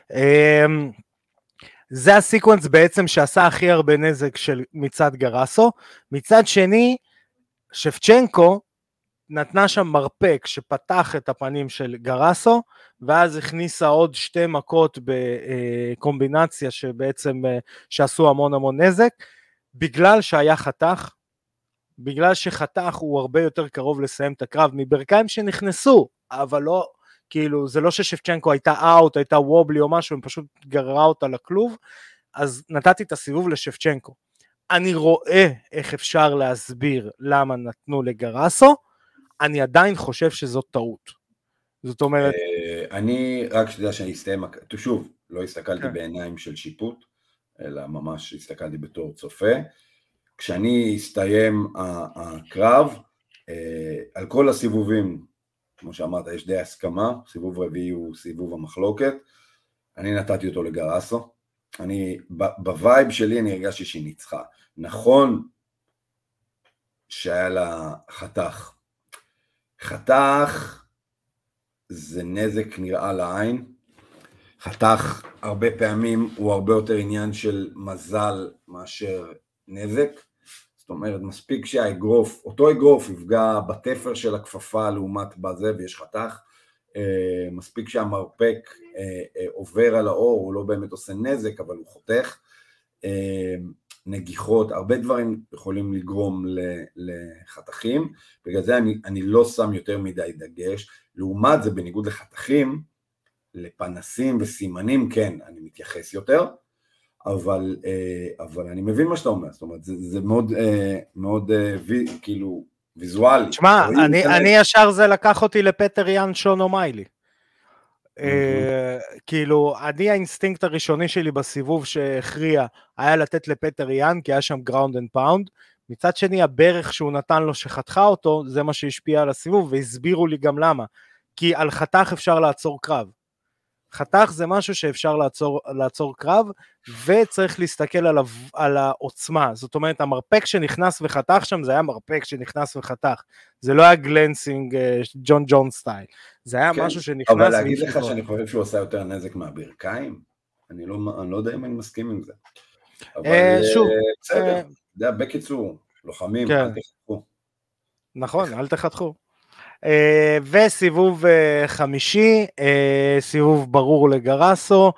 זה הסיקוונס בעצם שעשה הכי הרבה נזק של מצד גרסו, מצד שני, שבצ'נקו נתנה שם מרפק שפתח את הפנים של גרסו, ואז הכניסה עוד שתי מכות בקומבינציה שבעצם שעשו המון המון נזק, בגלל שהיה חתך, בגלל שחתך הוא הרבה יותר קרוב לסיים את הקרב מברכיים שנכנסו, אבל לא, כאילו, זה לא ששבצ'נקו הייתה אאוט, הייתה וובלי או משהו, הם פשוט גררה אותה לכלוב, אז נתתי את הסיבוב לשבצ'נקו. אני רואה איך אפשר להסביר למה נתנו לגרסו, אני עדיין חושב שזאת טעות. זאת אומרת... אני, רק שתדע שאני אסתיים, שוב, לא הסתכלתי בעיניים של שיפוט, אלא ממש הסתכלתי בתור צופה, כשאני הסתיים הקרב, על כל הסיבובים, כמו שאמרת, יש די הסכמה, סיבוב רביעי הוא סיבוב המחלוקת, אני נתתי אותו לגרסו, אני, בווייב שלי אני הרגשתי שהיא ניצחה, נכון שהיה לה חתך, חתך זה נזק נראה לעין, חתך הרבה פעמים הוא הרבה יותר עניין של מזל מאשר נזק, זאת אומרת, מספיק שהאגרוף, אותו אגרוף יפגע בתפר של הכפפה לעומת בזה ויש חתך, מספיק שהמרפק עובר על האור, הוא לא באמת עושה נזק, אבל הוא חותך, נגיחות, הרבה דברים יכולים לגרום לחתכים, בגלל זה אני, אני לא שם יותר מדי דגש, לעומת זה בניגוד לחתכים, לפנסים וסימנים, כן, אני מתייחס יותר, אבל, אבל אני מבין מה שאתה אומר, זאת אומרת, זה, זה מאוד, מאוד, כאילו, ויזואלי. תשמע, אני, אני ישר זה לקח אותי לפטר יאן שון אומיילי. כאילו, אני האינסטינקט הראשוני שלי בסיבוב שהכריע, היה לתת לפטר יאן, כי היה שם גראונד אנד פאונד, מצד שני, הברך שהוא נתן לו שחתכה אותו, זה מה שהשפיע על הסיבוב, והסבירו לי גם למה, כי על חתך אפשר לעצור קרב. חתך זה משהו שאפשר לעצור, לעצור קרב, וצריך להסתכל על, על העוצמה, זאת אומרת, המרפק שנכנס וחתך שם, זה היה מרפק שנכנס וחתך, זה לא היה גלנסינג, ג'ון ג'ון סטייל, זה היה כן, משהו שנכנס... אבל להגיד לך דבר. שאני חושב שהוא עושה יותר נזק מהברכיים, אני לא, אני לא יודע אם אני מסכים עם זה, אבל אה, שוב, בסדר, אה, זה בקיצור, לוחמים, כן. אל תחתכו. נכון, אל תחתכו. וסיבוב חמישי, סיבוב ברור לגרסו,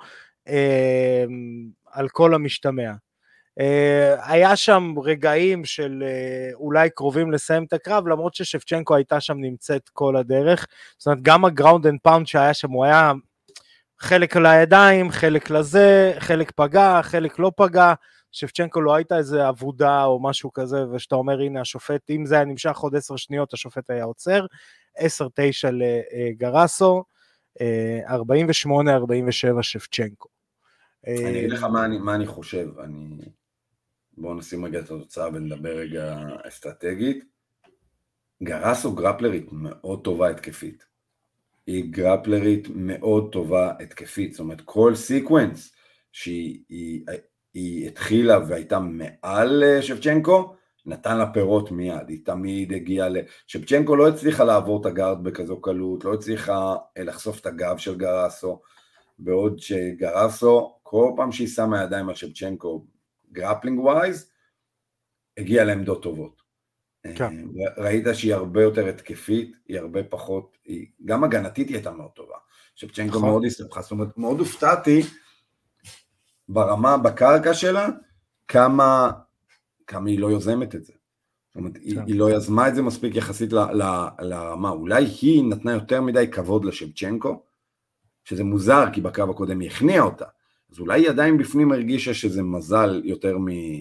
על כל המשתמע. היה שם רגעים של אולי קרובים לסיים את הקרב, למרות ששבצ'נקו הייתה שם נמצאת כל הדרך, זאת אומרת גם הגראונד אנד פאונד שהיה שם, הוא היה חלק לידיים, חלק לזה, חלק פגע, חלק לא פגע, שבצ'נקו לא הייתה איזה עבודה או משהו כזה, ושאתה אומר, הנה השופט, אם זה היה נמשך עוד עשר שניות, השופט היה עוצר, עשר תשע לגרסו, ארבעים ושמונה ארבעים ושבע שבצ'נקו. אני אגיד לך מה אני, מה אני חושב, אני... בואו נשים רגע את התוצאה ונדבר רגע אסטרטגית. גרסו גרפלרית מאוד טובה התקפית. היא גרפלרית מאוד טובה התקפית, זאת אומרת כל סיקוונס שהיא היא, היא התחילה והייתה מעל שבצ'נקו, נתן לה פירות מיד, היא תמיד הגיעה ל... שבצ'נקו לא הצליחה לעבור את הגארד בכזו קלות, לא הצליחה לחשוף את הגב של גרסו, בעוד שגרסו, כל פעם שהיא שמה ידיים על שבצ'נקו, גרפלינג ווייז, הגיעה לעמדות טובות. כן. ראית שהיא הרבה יותר התקפית, היא הרבה פחות, היא, גם הגנתית היא הייתה מאוד טובה, שבצ'נקו נכון. מאוד הסתבכה, זאת אומרת, מאוד הופתעתי, ברמה, בקרקע שלה, כמה, כמה היא לא יוזמת את זה. זאת אומרת, היא, היא לא יזמה את זה מספיק יחסית ל, ל, לרמה, אולי היא נתנה יותר מדי כבוד לשבצ'נקו, שזה מוזר, כי בקרב הקודם היא הכניעה אותה, אז אולי היא עדיין בפנים הרגישה שזה מזל יותר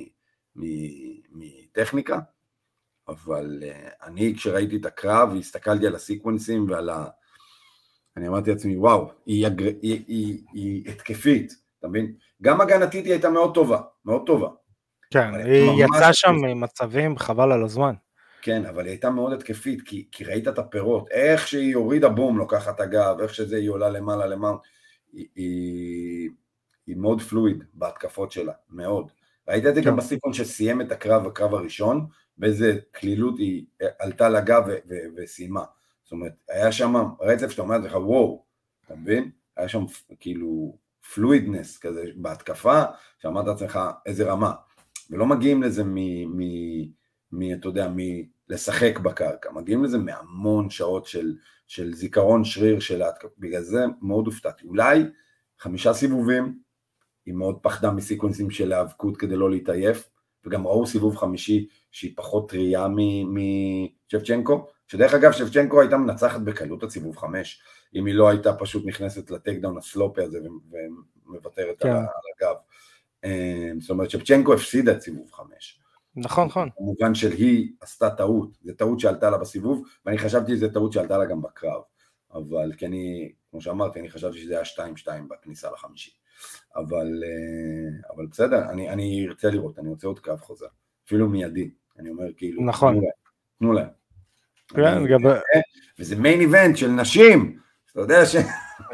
מטכניקה, אבל uh, אני כשראיתי את הקרב, הסתכלתי על הסיקוונסים ועל ה... אני אמרתי לעצמי, וואו, היא, היא, היא, היא, היא התקפית, אתה מבין? גם הגנתית היא הייתה מאוד טובה, מאוד טובה. כן, היא יצאה שם ממצבים חבל על הזמן. כן, אבל היא הייתה מאוד התקפית, כי, כי ראית את הפירות, איך שהיא הורידה בום, לוקחת אגב, איך שזה היא עולה למעלה למעלה, היא, היא, היא מאוד פלואיד בהתקפות שלה, מאוד. ראית את זה כן. גם בסיקוונס שסיים את הקרב, הקרב הראשון, באיזה כלילות היא עלתה לגב ו- ו- וסיימה. זאת אומרת, היה שם רצף שאתה אומר לך, וואו, אתה מבין? היה שם כאילו פלואידנס כזה בהתקפה, שאמרת לעצמך איזה רמה. ולא מגיעים לזה מ... מ- מ- אתה יודע, מלשחק בקרקע, מגיעים לזה מהמון שעות של, של זיכרון שריר של ההתקפה, בגלל זה מאוד הופתעתי. אולי חמישה סיבובים, היא מאוד פחדה מסיקוונסים של האבקות כדי לא להתעייף, וגם ראו סיבוב חמישי שהיא פחות טריה משבצ'נקו, שדרך אגב שבצ'נקו הייתה מנצחת בקלות הסיבוב חמש, אם היא לא הייתה פשוט נכנסת לטקדאון הסלופי הזה ומוותרת כן. על הגב. זאת אומרת שבצ'נקו הפסידה את סיבוב חמש. נכון, נכון. במובן של היא עשתה טעות, זו טעות שעלתה לה בסיבוב, ואני חשבתי שזו טעות שעלתה לה גם בקרב, אבל כי אני, כמו שאמרתי, אני חשבתי שזה היה שתיים שתיים בכניסה לחמישי. אבל, אבל בסדר, אני, אני ארצה לראות, אני רוצה עוד קרב חוזר, אפילו מיידי, אני אומר כאילו, נכון. תנו להם. כן, גם... וזה מיין איבנט של נשים, אתה יודע ש...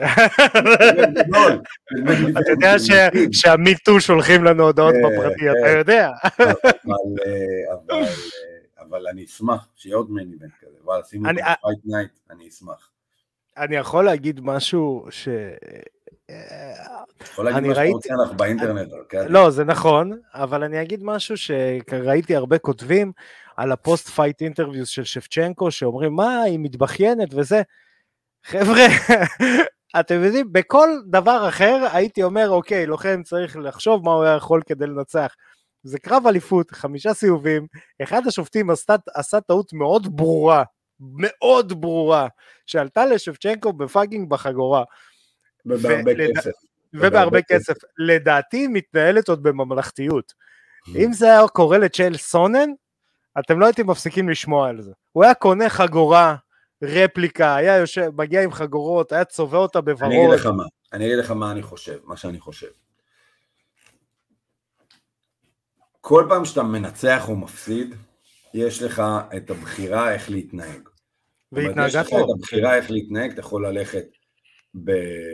אתה יודע שהמיטו שולחים לנו הודעות בפרטי, אתה יודע. אבל אני אשמח שיהיה עוד מיין איבנט כזה, אבל שימו את פייט נייט, אני אשמח. אני יכול להגיד משהו ש... יכול להגיד מה שאתה רוצה לך באינטרנט. לא, זה נכון, אבל אני אגיד משהו שראיתי הרבה כותבים על הפוסט פייט אינטרוויוס של שבצ'נקו, שאומרים מה, היא מתבחיינת וזה. חבר'ה, אתם יודעים, בכל דבר אחר הייתי אומר, אוקיי, לוחם צריך לחשוב מה הוא יכול כדי לנצח. זה קרב אליפות, חמישה סיבובים, אחד השופטים עשה, עשה טעות מאוד ברורה, מאוד ברורה, שעלתה לשבצ'נקו בפאגינג בחגורה. ובהרבה כסף. ובהרבה כסף. לדעתי מתנהלת עוד בממלכתיות. אם זה היה קורה לצ'ייל סונן, אתם לא הייתם מפסיקים לשמוע על זה. הוא היה קונה חגורה, רפליקה, היה יושב, מגיע עם חגורות, היה צובע אותה בוורוד. אני אגיד לך מה, אני אגיד לך מה אני חושב, מה שאני חושב. כל פעם שאתה מנצח או מפסיד, יש לך את הבחירה איך להתנהג. והתנהגת פה. יש לך את הבחירה איך להתנהג, אתה יכול ללכת ב...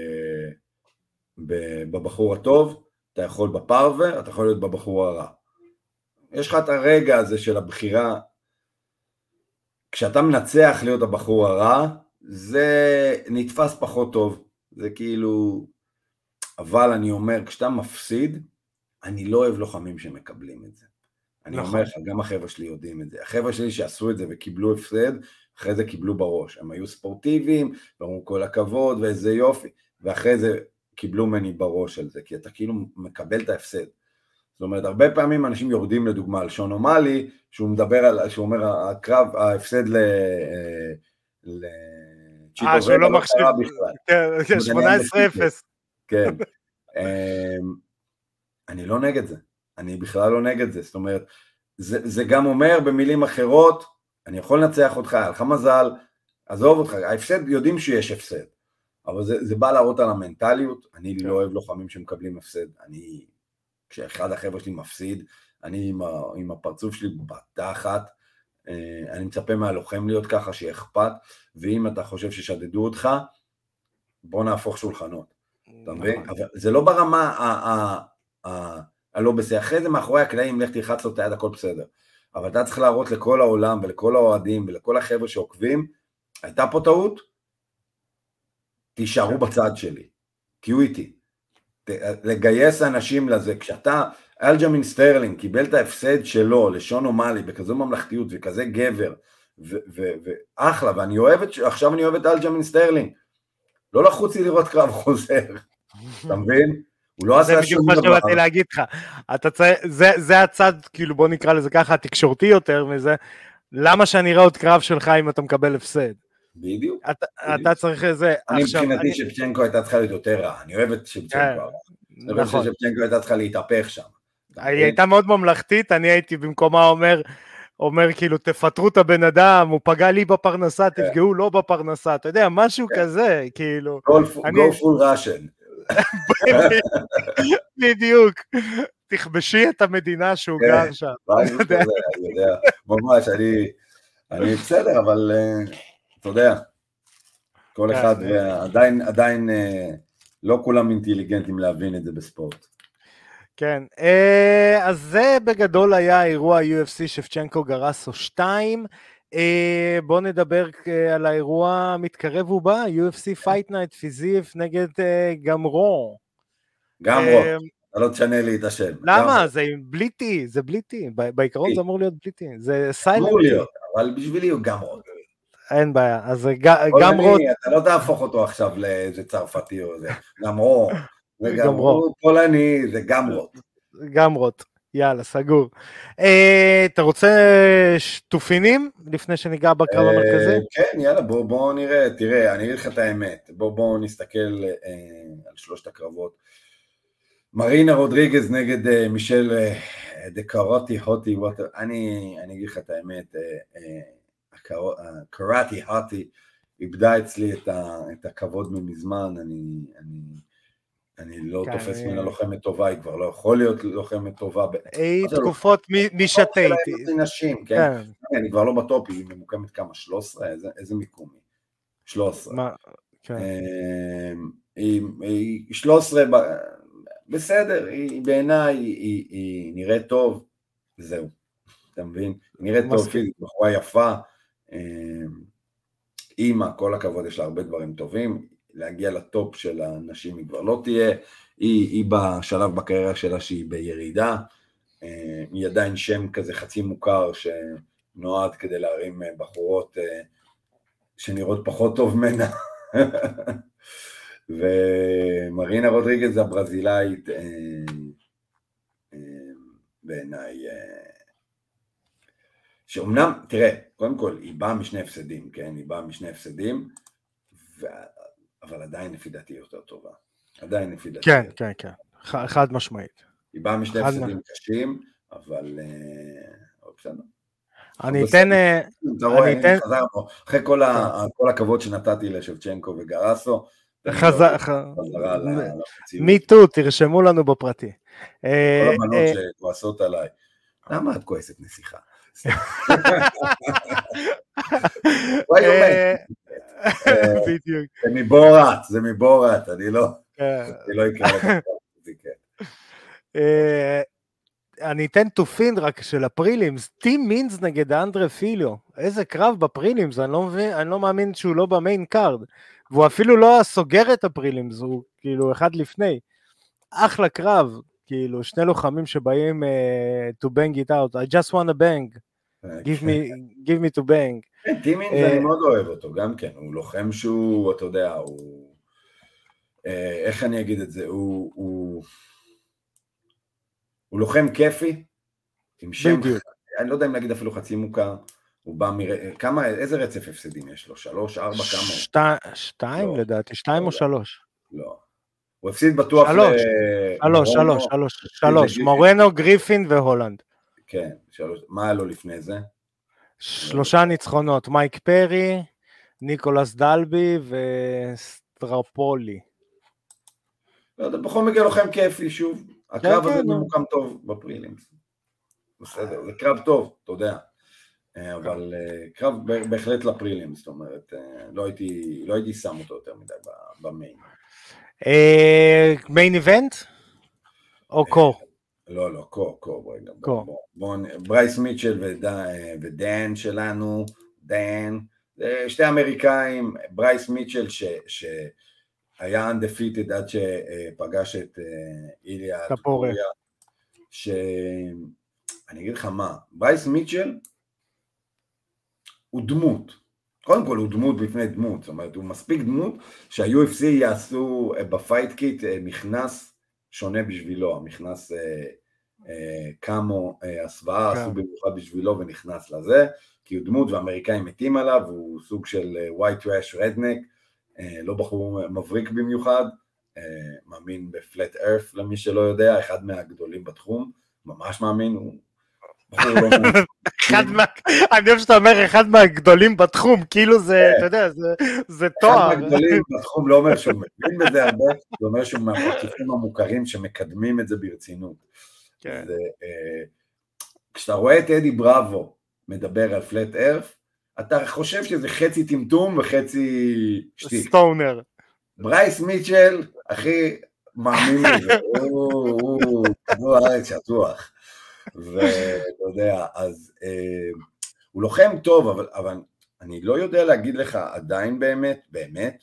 ב... בבחור הטוב, אתה יכול בפרווה, אתה יכול להיות בבחור הרע. יש לך את הרגע הזה של הבחירה, כשאתה מנצח להיות הבחור הרע, זה נתפס פחות טוב, זה כאילו, אבל אני אומר, כשאתה מפסיד, אני לא אוהב לוחמים שמקבלים את זה. אני אומר לך, גם החבר'ה שלי יודעים את זה. החבר'ה שלי שעשו את זה וקיבלו הפסד, אחרי זה קיבלו בראש. הם היו ספורטיביים, ואמרו כל הכבוד, ואיזה יופי. ואחרי זה קיבלו מני בראש על זה, כי אתה כאילו מקבל את ההפסד. זאת אומרת, הרבה פעמים אנשים יורדים לדוגמה על שון אומלי, שהוא מדבר על, שהוא אומר, הקרב, ההפסד ל... ל... אה, שהוא לא מחשיב, כן, שמונה עשרה אפס. כן. אני לא נגד זה. אני בכלל לא נגד זה, זאת אומרת, זה, זה גם אומר במילים אחרות, אני יכול לנצח אותך, היה לך מזל, עזוב אותך, ההפסד, יודעים שיש הפסד, אבל זה, זה בא להראות על המנטליות, אני לא אוהב לוחמים שמקבלים הפסד, אני, כשאחד החבר'ה שלי מפסיד, אני עם, ה, עם הפרצוף שלי בתחת, אני מצפה מהלוחם להיות ככה, שיהיה אכפת, ואם אתה חושב ששדדו אותך, בוא נהפוך שולחנות, אתה מבין? אבל זה לא ברמה הלא בסדר, אחרי זה מאחורי הקלעים, לך תלחץ לו את היד, הכל בסדר, אבל אתה צריך להראות לכל העולם, ולכל האוהדים, ולכל החבר'ה שעוקבים, הייתה פה טעות, תישארו בצד שלי, תהיו איתי, לגייס אנשים לזה, כשאתה, אלג'מין סטרלינג קיבל את ההפסד שלו לשון אומלי, בכזו ממלכתיות וכזה גבר, ואחלה, ואני אוהב את, עכשיו אני אוהב את אלג'מין סטרלינג, לא לחוץ לי לראות קרב חוזר, אתה מבין? הוא לא עשה שום דבר. זה בדיוק מה שבאתי להגיד לך, זה הצד, כאילו בוא נקרא לזה ככה, התקשורתי יותר מזה, למה שאני אראה עוד קרב שלך אם אתה מקבל הפסד? בדיוק. אתה צריך איזה... אני מבחינתי שבצ'נקו הייתה צריכה להיות יותר רע, אני אוהב את שבצ'נקו, אני חושב שבצ'נקו הייתה צריכה להתהפך שם. היא הייתה מאוד ממלכתית, אני הייתי במקומה אומר, אומר כאילו תפטרו את הבן אדם, הוא פגע לי בפרנסה, תפגעו לו בפרנסה, אתה יודע, משהו כזה, כאילו. Go full Russian. בדיוק, תכבשי את המדינה שהוא גר שם. אני יודע, ממש, אני בסדר, אבל אתה יודע, כל אחד, עדיין לא כולם אינטליגנטים להבין את זה בספורט. כן, אז זה בגדול היה אירוע יו אף סי שבצ'נקו גרסו שתיים, בואו נדבר על האירוע המתקרב ובא, יו אף סי Fight Night פיזיף נגד גמרו. גמרו, אתה לא תשנה לי את השם. למה? זה בלי טי, זה בלי טי, בעיקרון זה אמור להיות בלי טי, זה סיילנט. אמור להיות, אבל בשבילי הוא גמרו. אין בעיה, אז גמרו... אתה לא תהפוך אותו עכשיו לאיזה צרפתי או זה, גמרו. זה גמרו, פולני, זה גמרות. גמרות, יאללה, סגור. אתה רוצה שטופינים לפני שניגע בקרב המרכזי? כן, יאללה, בואו נראה, תראה, אני אגיד לך את האמת, בואו נסתכל על שלושת הקרבות. מרינה רודריגז נגד מישל דקרוטי הוטי, אני אגיד לך את האמת, קראטי הוטי איבדה אצלי את הכבוד ממזמן, אני... אני לא תופס מן הלוחמת טובה, היא כבר לא יכול להיות לוחמת טובה. היא תקופות משתי. נשים, כן. אני כבר לא בטופ, היא ממוקמת כמה, שלוש עשרה, איזה מיקום היא? שלוש עשרה. היא שלוש עשרה, בסדר, בעיניי היא נראית טוב, זהו, אתה מבין? היא נראית טוב, פיזית, בחורה יפה, אימא, כל הכבוד, יש לה הרבה דברים טובים, להגיע לטופ של הנשים היא כבר לא תהיה, היא, היא בשלב בקריירה שלה שהיא בירידה, היא עדיין שם כזה חצי מוכר שנועד כדי להרים בחורות שנראות פחות טוב מנה, ומרינה רודריגז הברזילאית בעיניי, שאומנם, תראה, קודם כל היא באה משני הפסדים, כן, היא באה משני הפסדים, ו... אבל עדיין לפי דעתי יותר טובה. עדיין לפי דעתי. כן, כן, כן. חד משמעית. היא באה משני הפסדים קשים, אבל... בסדר. אני אתן... אתה רואה, אני חזר פה. אחרי כל הכבוד שנתתי לשבצ'נקו וגרסו, חזר... מיטו, תרשמו לנו בפרטי. כל הבנות שכועסות עליי. למה את כועסת נסיכה? וואי אומר. בדיוק. זה מבורת, זה מבורת, אני לא, אני לא אקרא לזה. אני אתן תופין רק של הפרילימס, טים מינס נגד אנדרה פיליו, איזה קרב בפרילימס, אני לא מבין, אני לא מאמין שהוא לא במיין קארד, והוא אפילו לא סוגר את הפרילימס, הוא כאילו אחד לפני, אחלה קרב, כאילו שני לוחמים שבאים to bang it out, I just want to bang, give me, give me to bang. טים מינס אני מאוד אוהב אותו, גם כן, הוא לוחם שהוא, אתה יודע, הוא, איך אני אגיד את זה, הוא, הוא, הוא לוחם כיפי, עם שם, אני לא יודע אם להגיד אפילו חצי מוכר, הוא בא מראה, כמה, איזה רצף הפסדים יש לו? שלוש, ארבע, כמה? שתיים לדעתי, שתיים או שלוש? לא. הוא הפסיד בטוח שלוש, שלוש, שלוש, שלוש, שלוש, מורנו, גריפין והולנד. כן, שלוש, מה היה לו לפני זה? שלושה ניצחונות, מייק פרי, ניקולס דלבי וסטרפולי. לא יודע, בכל מקרה לוחם כיפי, שוב, הקרב הזה ממוקם טוב בפרילימס. בסדר, זה קרב טוב, אתה יודע. אבל קרב בהחלט לפרילימס, זאת אומרת, לא הייתי, לא הייתי שם אותו יותר מדי במיין. מיין איבנט? או קור? לא, לא, קור, קור, רגע. ברייס מיטשל ודן שלנו, דן, שתי אמריקאים, ברייס מיטשל שהיה undefeated עד שפגש את איליה טופוריה, שאני אגיד לך מה, ברייס מיטשל הוא דמות, קודם כל הוא דמות בפני דמות, זאת אומרת הוא מספיק דמות שה-יו אף סי יעשו בפייט קיט מכנס שונה בשבילו, המכנס קאמו הסוואה עשו במיוחד בשבילו ונכנס לזה, כי הוא דמות ואמריקאים מתים עליו, הוא סוג של white trash redneck, לא בחור מבריק במיוחד, מאמין בפלט ארף למי שלא יודע, אחד מהגדולים בתחום, ממש מאמין, הוא בחור לא מאמין. אני חושב שאתה אומר אחד מהגדולים בתחום, כאילו זה, אתה יודע, זה תואר. אחד מהגדולים בתחום לא אומר שהוא מבין בזה הרבה, זה אומר שהוא מהפרצופים המוכרים שמקדמים את זה ברצינות. כשאתה רואה את אדי בראבו מדבר על פלט ארף, אתה חושב שזה חצי טמטום וחצי שטיק. סטונר. ברייס מיטשל, הכי מאמין לזה, הוא כדור הארץ שטוח. ואתה יודע, אז הוא לוחם טוב, אבל, אבל אני לא יודע להגיד לך עדיין באמת, באמת,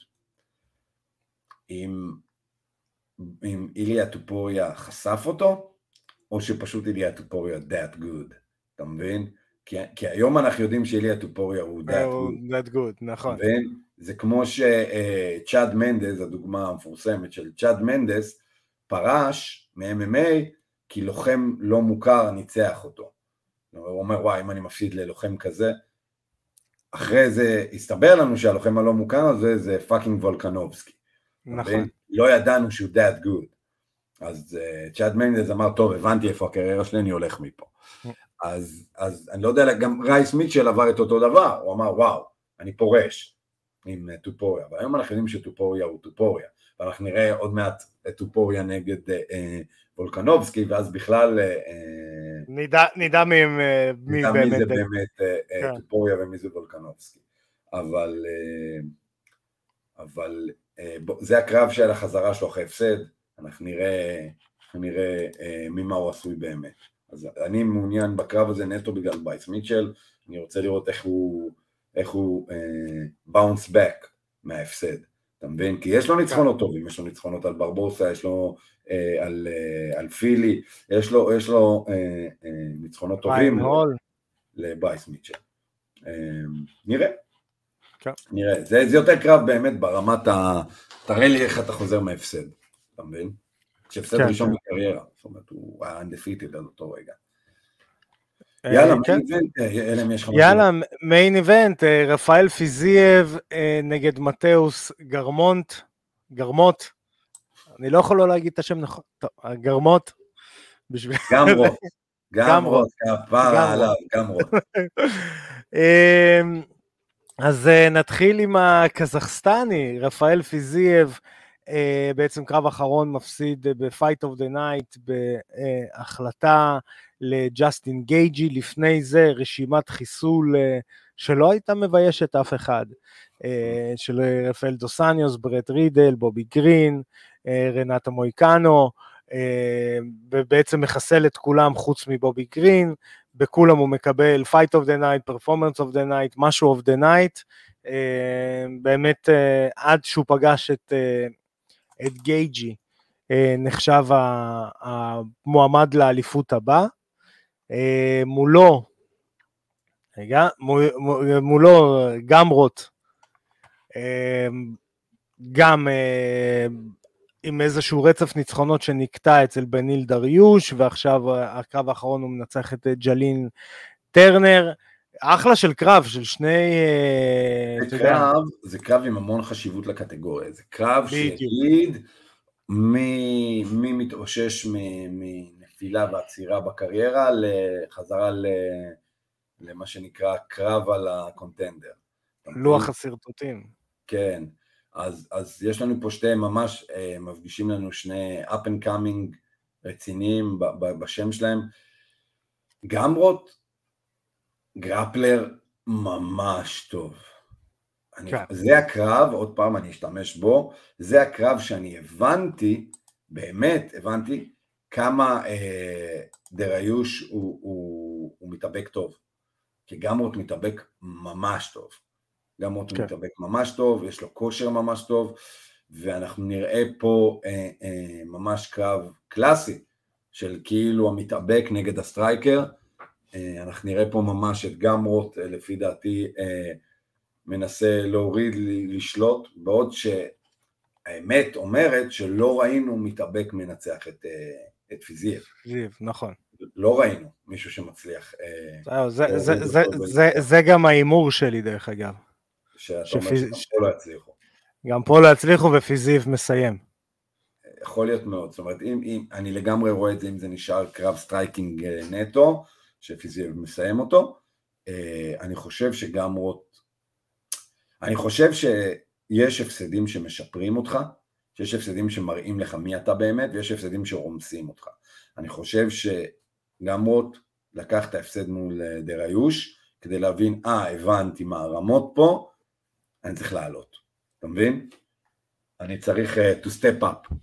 אם, אם איליה טופוריה חשף אותו, או שפשוט איליה טופוריה that good, אתה מבין? כי, כי היום אנחנו יודעים שאיליה טופוריה הוא that good. that good, נכון. מבין? זה כמו שצ'אד מנדס, הדוגמה המפורסמת של צ'אד מנדס, פרש מ-אם אם איי, כי לוחם לא מוכר ניצח אותו. הוא אומר, וואי, אם אני מפסיד ללוחם כזה, אחרי זה הסתבר לנו שהלוחם הלא מוכר הזה זה פאקינג וולקנובסקי. נכון. לא ידענו שהוא that good. אז צ'אד מנדס אמר, טוב, הבנתי איפה הקריירה שלי, אני הולך מפה. אז, אז אני לא יודע, גם רייס מיטשל עבר את אותו דבר, הוא אמר, וואו, אני פורש עם טופוריה, והיום אנחנו יודעים שטופוריה הוא טופוריה, ואנחנו נראה עוד מעט את טופוריה נגד אה, וולקנובסקי, ואז בכלל אה, נדע, נדע מי, מי נדע באמת, מי זה באמת אה, כן. טופוריה ומי זה וולקנובסקי, אבל, אה, אבל אה, זה הקרב של החזרה שלו אחרי הפסד, אנחנו נראה, אנחנו נראה אה, ממה הוא עשוי באמת. אז אני מעוניין בקרב הזה נטו בגלל ברייס מיטשל, אני רוצה לראות איך הוא, איך הוא באונס uh, בק מההפסד, אתה מבין? כי יש לו ניצחונות טובים, יש לו ניצחונות על ברבוסה, יש לו uh, על, uh, על פילי, יש לו, יש לו uh, uh, ניצחונות טובים לברייס מיטשל. Uh, נראה, כן. נראה, זה, זה יותר קרב באמת ברמת ה... תראה לי איך אתה חוזר מההפסד, אתה מבין? כשהפסד כן, ראשון כן. בקריירה, זאת אומרת, הוא היה undefeated על אותו רגע. יאללה, מיין איבנט, אלם יש לך משהו. יאללה, מיין איבנט, רפאל פיזייב נגד מתאוס גרמונט, גרמוט, אני לא יכול לא להגיד את השם נכון, טוב, גרמוט, גמרוט, גמרוט, כפרה עליו, גמרוט. אז נתחיל עם הקזחסטני, רפאל פיזייב, בעצם קרב אחרון מפסיד ב-Fight of the Night בהחלטה לג'סטין גייג'י, לפני זה רשימת חיסול שלא הייתה מביישת אף אחד, של רפאל דוס אניוס, ברט רידל, בובי גרין, רנטה מויקנו, ובעצם מחסל את כולם חוץ מבובי גרין, בכולם הוא מקבל Fight of the Night, Performance of the Night, משהו of the Night, באמת עד שהוא פגש את את גייג'י, נחשב המועמד לאליפות הבא, מולו, רגע, מולו גמרוט, גם עם איזשהו רצף ניצחונות שנקטע אצל בניל דריוש, ועכשיו הקרב האחרון הוא מנצח את ג'לין טרנר, אחלה של קרב, של שני... זה קרב, זה קרב עם המון חשיבות לקטגוריה, זה קרב שיגיד מי, מי מתאושש מנפילה ועצירה בקריירה לחזרה ל, למה שנקרא קרב על הקונטנדר. לוח הסרטוטים. כן, אז, אז יש לנו פה שתי ממש, אה, מפגישים לנו שני up and coming רציניים ב, ב, בשם שלהם. גמרוט, גרפלר ממש טוב. אני, כן. זה הקרב, עוד פעם אני אשתמש בו, זה הקרב שאני הבנתי, באמת הבנתי, כמה אה, דריוש הוא, הוא, הוא מתאבק טוב. כי גמרוט מתאבק ממש טוב. גמרוט כן. הוא מתאבק ממש טוב, יש לו כושר ממש טוב, ואנחנו נראה פה אה, אה, ממש קרב קלאסי, של כאילו המתאבק נגד הסטרייקר, אה, אנחנו נראה פה ממש את גמרוט, אה, לפי דעתי, אה, מנסה להוריד, לשלוט, בעוד שהאמת אומרת שלא ראינו מתאבק מנצח את, את פיזייב. פיזייב, נכון. לא ראינו מישהו שמצליח. זה, זה, זה, זה, זה, זה גם האימור שלי דרך אגב. שאתה אומר שגם פה לא יצליחו. גם פה לא יצליחו ופיזייב מסיים. יכול להיות מאוד, זאת אומרת, אם, אם, אני לגמרי רואה את זה, אם זה נשאר קרב סטרייקינג נטו, שפיזייב מסיים אותו, אני חושב שגם רוט, אני חושב שיש הפסדים שמשפרים אותך, שיש הפסדים שמראים לך מי אתה באמת, ויש הפסדים שרומסים אותך. אני חושב שגם רוט לקח את ההפסד מול דריוש, כדי להבין, אה, הבנתי מה הרמות פה, אני צריך לעלות. אתה מבין? אני צריך uh, to step up,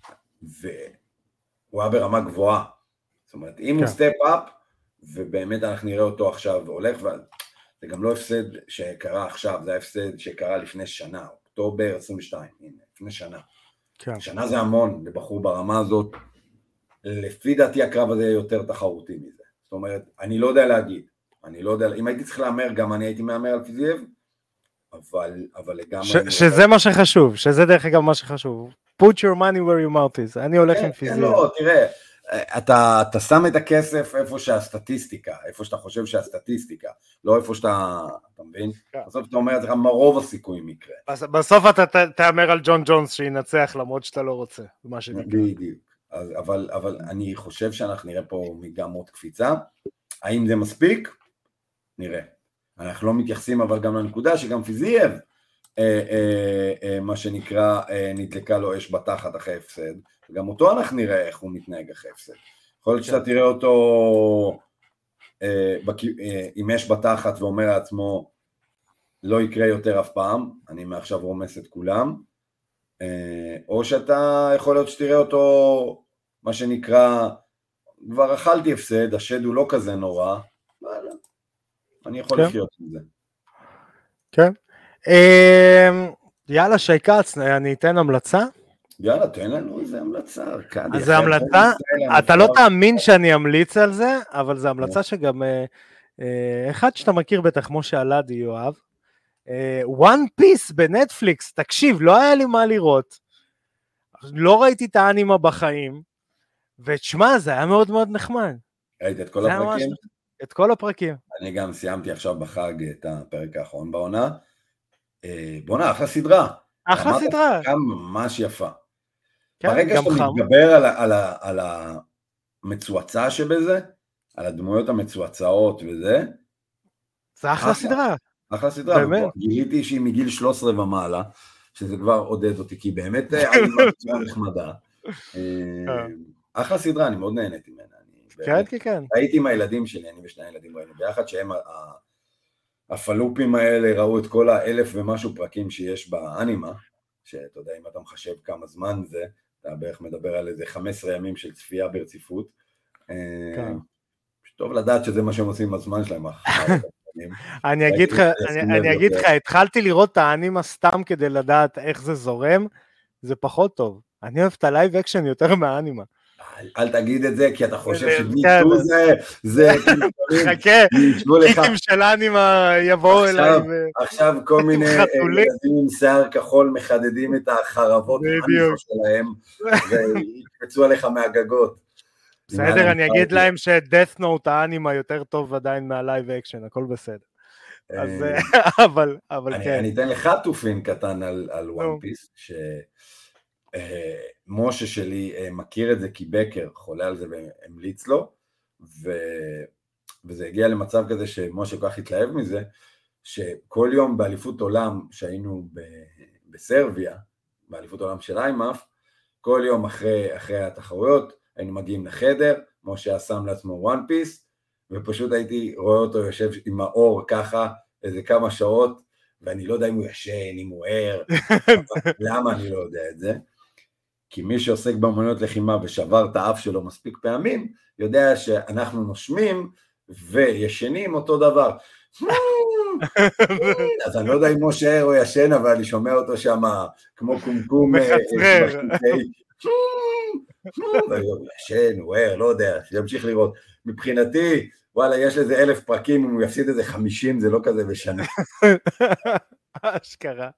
והוא היה ברמה גבוהה. זאת אומרת, אם כן. הוא step up, ובאמת אנחנו נראה אותו עכשיו הולך, זה גם לא הפסד שקרה עכשיו, זה ההפסד שקרה לפני שנה, אוקטובר עשרים ושתיים, הנה, לפני שנה. כן. שנה זה המון לבחור ברמה הזאת, לפי דעתי הקרב הזה יותר תחרותי מזה. זאת אומרת, אני לא יודע להגיד, אני לא יודע, אם הייתי צריך לאמר, גם אני הייתי מאמר על פיזייב, אבל, אבל לגמרי... ש, שזה מה שחשוב, שזה דרך אגב מה שחשוב. Put your money where your mouth is, אני הולך עם פיזייב. לא, תראה, אתה, אתה שם את הכסף איפה שהסטטיסטיקה, איפה שאתה חושב שהסטטיסטיקה, לא איפה שאתה, אתה מבין? בסוף אתה אומר את זה, מה רוב הסיכויים יקרה. בסוף אתה תאמר על ג'ון ג'ונס שינצח למרות שאתה לא רוצה, מה שנקרא. בדיוק, אבל, אבל אני חושב שאנחנו נראה פה גם עוד קפיצה, האם זה מספיק? נראה. אנחנו לא מתייחסים אבל גם לנקודה שגם פיזייב, אה, אה, אה, מה שנקרא, אה, נדלקה לו אש בתחת אחרי הפסד, וגם אותו אנחנו נראה איך הוא מתנהג אחרי הפסד. יכול להיות שאתה תראה אותו אה, בק... אה, עם אש בתחת ואומר לעצמו, לא יקרה יותר אף פעם, אני מעכשיו רומס את כולם, אה, או שאתה יכול להיות שתראה אותו, מה שנקרא, כבר אכלתי הפסד, השד הוא לא כזה נורא, אני יכול לחיות עם זה. כן. יאללה, שייקץ, אני אתן המלצה? יאללה, תן לנו איזה המלצה. אז זה המלצה, אתה לא תאמין שאני אמליץ על זה, אבל זה המלצה שגם, אחד שאתה מכיר בטח, כמו שעלדי יואב, One Piece בנטפליקס, תקשיב, לא היה לי מה לראות, לא ראיתי את האנימה בחיים, ותשמע, זה היה מאוד מאוד נחמד. ראית את כל הפרקים? את כל הפרקים. אני גם סיימתי עכשיו בחג את הפרק האחרון בעונה. בונה, אחלה סדרה. אחלה סדרה. גם ממש יפה. ברגע שאתה מתגבר על, על, על המצועצה שבזה, על הדמויות המצועצות וזה, זה אחלה סדרה. אחלה סדרה. גיליתי שהיא מגיל שלוש עשרה ומעלה, שזה כבר עודד אותי, כי באמת אני מצועה נחמדה. אחלה סדרה, אני מאוד נהנית ממנה. כן, כן, כן. הייתי עם הילדים שלי, אני ושני הילדים ראינו ביחד, שהם הפלופים האלה ראו את כל האלף ומשהו פרקים שיש באנימה, שאתה יודע, אם אתה מחשב כמה זמן זה, אתה בערך מדבר על איזה חמישה עשר ימים של צפייה ברציפות. כן. טוב לדעת שזה מה שהם עושים עם הזמן שלהם. אני אגיד לך, אני אגיד לך, התחלתי לראות את האנימה סתם כדי לדעת איך זה זורם, זה פחות טוב. אני אוהב את הלייב אקשן יותר מהאנימה. אל תגיד את זה, כי אתה חושב שביטו זה, זה, חכה, קיטים של אנימה יבואו אליי. עכשיו כל מיני ילדים עם שיער כחול מחדדים את החרבות האנימה שלהם, ויקפצו עליך מהגגות. בסדר, אני אגיד להם שדאת' נוט האנימה יותר טוב עדיין מהלייב אקשן, הכל בסדר. אבל, אבל כן. אני אתן לך תופין קטן על וואן פיס, ש... משה שלי מכיר את זה כי בקר חולה על זה והמליץ לו, ו... וזה הגיע למצב כזה שמשה כל כך התלהב מזה, שכל יום באליפות עולם שהיינו ב... בסרביה, באליפות עולם של איימאף, כל יום אחרי, אחרי התחרויות, היינו מגיעים לחדר, משה היה שם לעצמו וואן פיס, ופשוט הייתי רואה אותו יושב עם האור ככה, איזה כמה שעות, ואני לא יודע אם הוא ישן, אם הוא ער, למה אני לא יודע את זה? כי מי שעוסק באמנויות לחימה ושבר את האף שלו מספיק פעמים, יודע שאנחנו נושמים וישנים אותו דבר. אז אני לא יודע אם משה ער או ישן, אבל אני שומע אותו שם כמו קומקום מחצרר. ישן, הוא ער, לא יודע, שימשיך לראות. מבחינתי, וואלה, יש לזה אלף פרקים, אם הוא יפסיד איזה חמישים, זה לא כזה בשנה. אשכרה.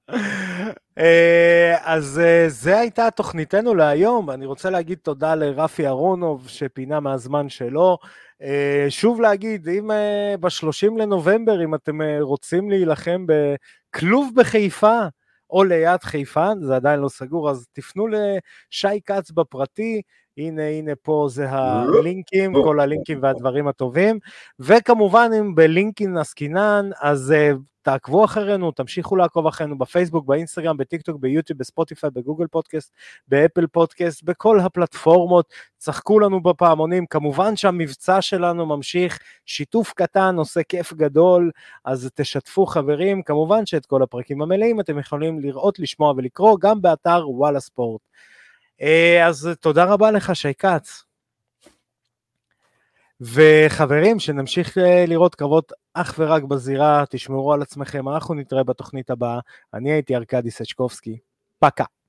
אז זה הייתה תוכניתנו להיום. אני רוצה להגיד תודה לרפי אהרונוב שפינה מהזמן שלו. שוב להגיד, אם ב-שלושים לנובמבר, אם אתם רוצים להילחם בכלוב בחיפה, או ליד חיפה, זה עדיין לא סגור, אז תפנו לשי קץ בפרטי, הנה, הנה פה זה הלינקים, כל הלינקים והדברים הטובים, וכמובן אם בלינקים עסקינן, אז תעקבו אחרינו, תמשיכו לעקוב אחרינו בפייסבוק, באינסטגרם, בטיקטוק, ביוטיוב, בספוטיפיי, בגוגל פודקאסט, באפל פודקאסט, בכל הפלטפורמות, צחקו לנו בפעמונים, כמובן שהמבצע שלנו ממשיך, שיתוף קטן, עושה כיף גדול, אז תשתפו חברים, כמובן שאת כל הפרקים המלאים אתם יכולים לראות, לשמוע ולקרוא, גם באתר וואלה ספורט. אז תודה רבה לך שי קץ. וחברים, שנמשיך לראות קרבות אך ורק בזירה, תשמרו על עצמכם, אנחנו נתראה בתוכנית הבאה, אני הייתי ארקדי סצ'קובסקי, פקה.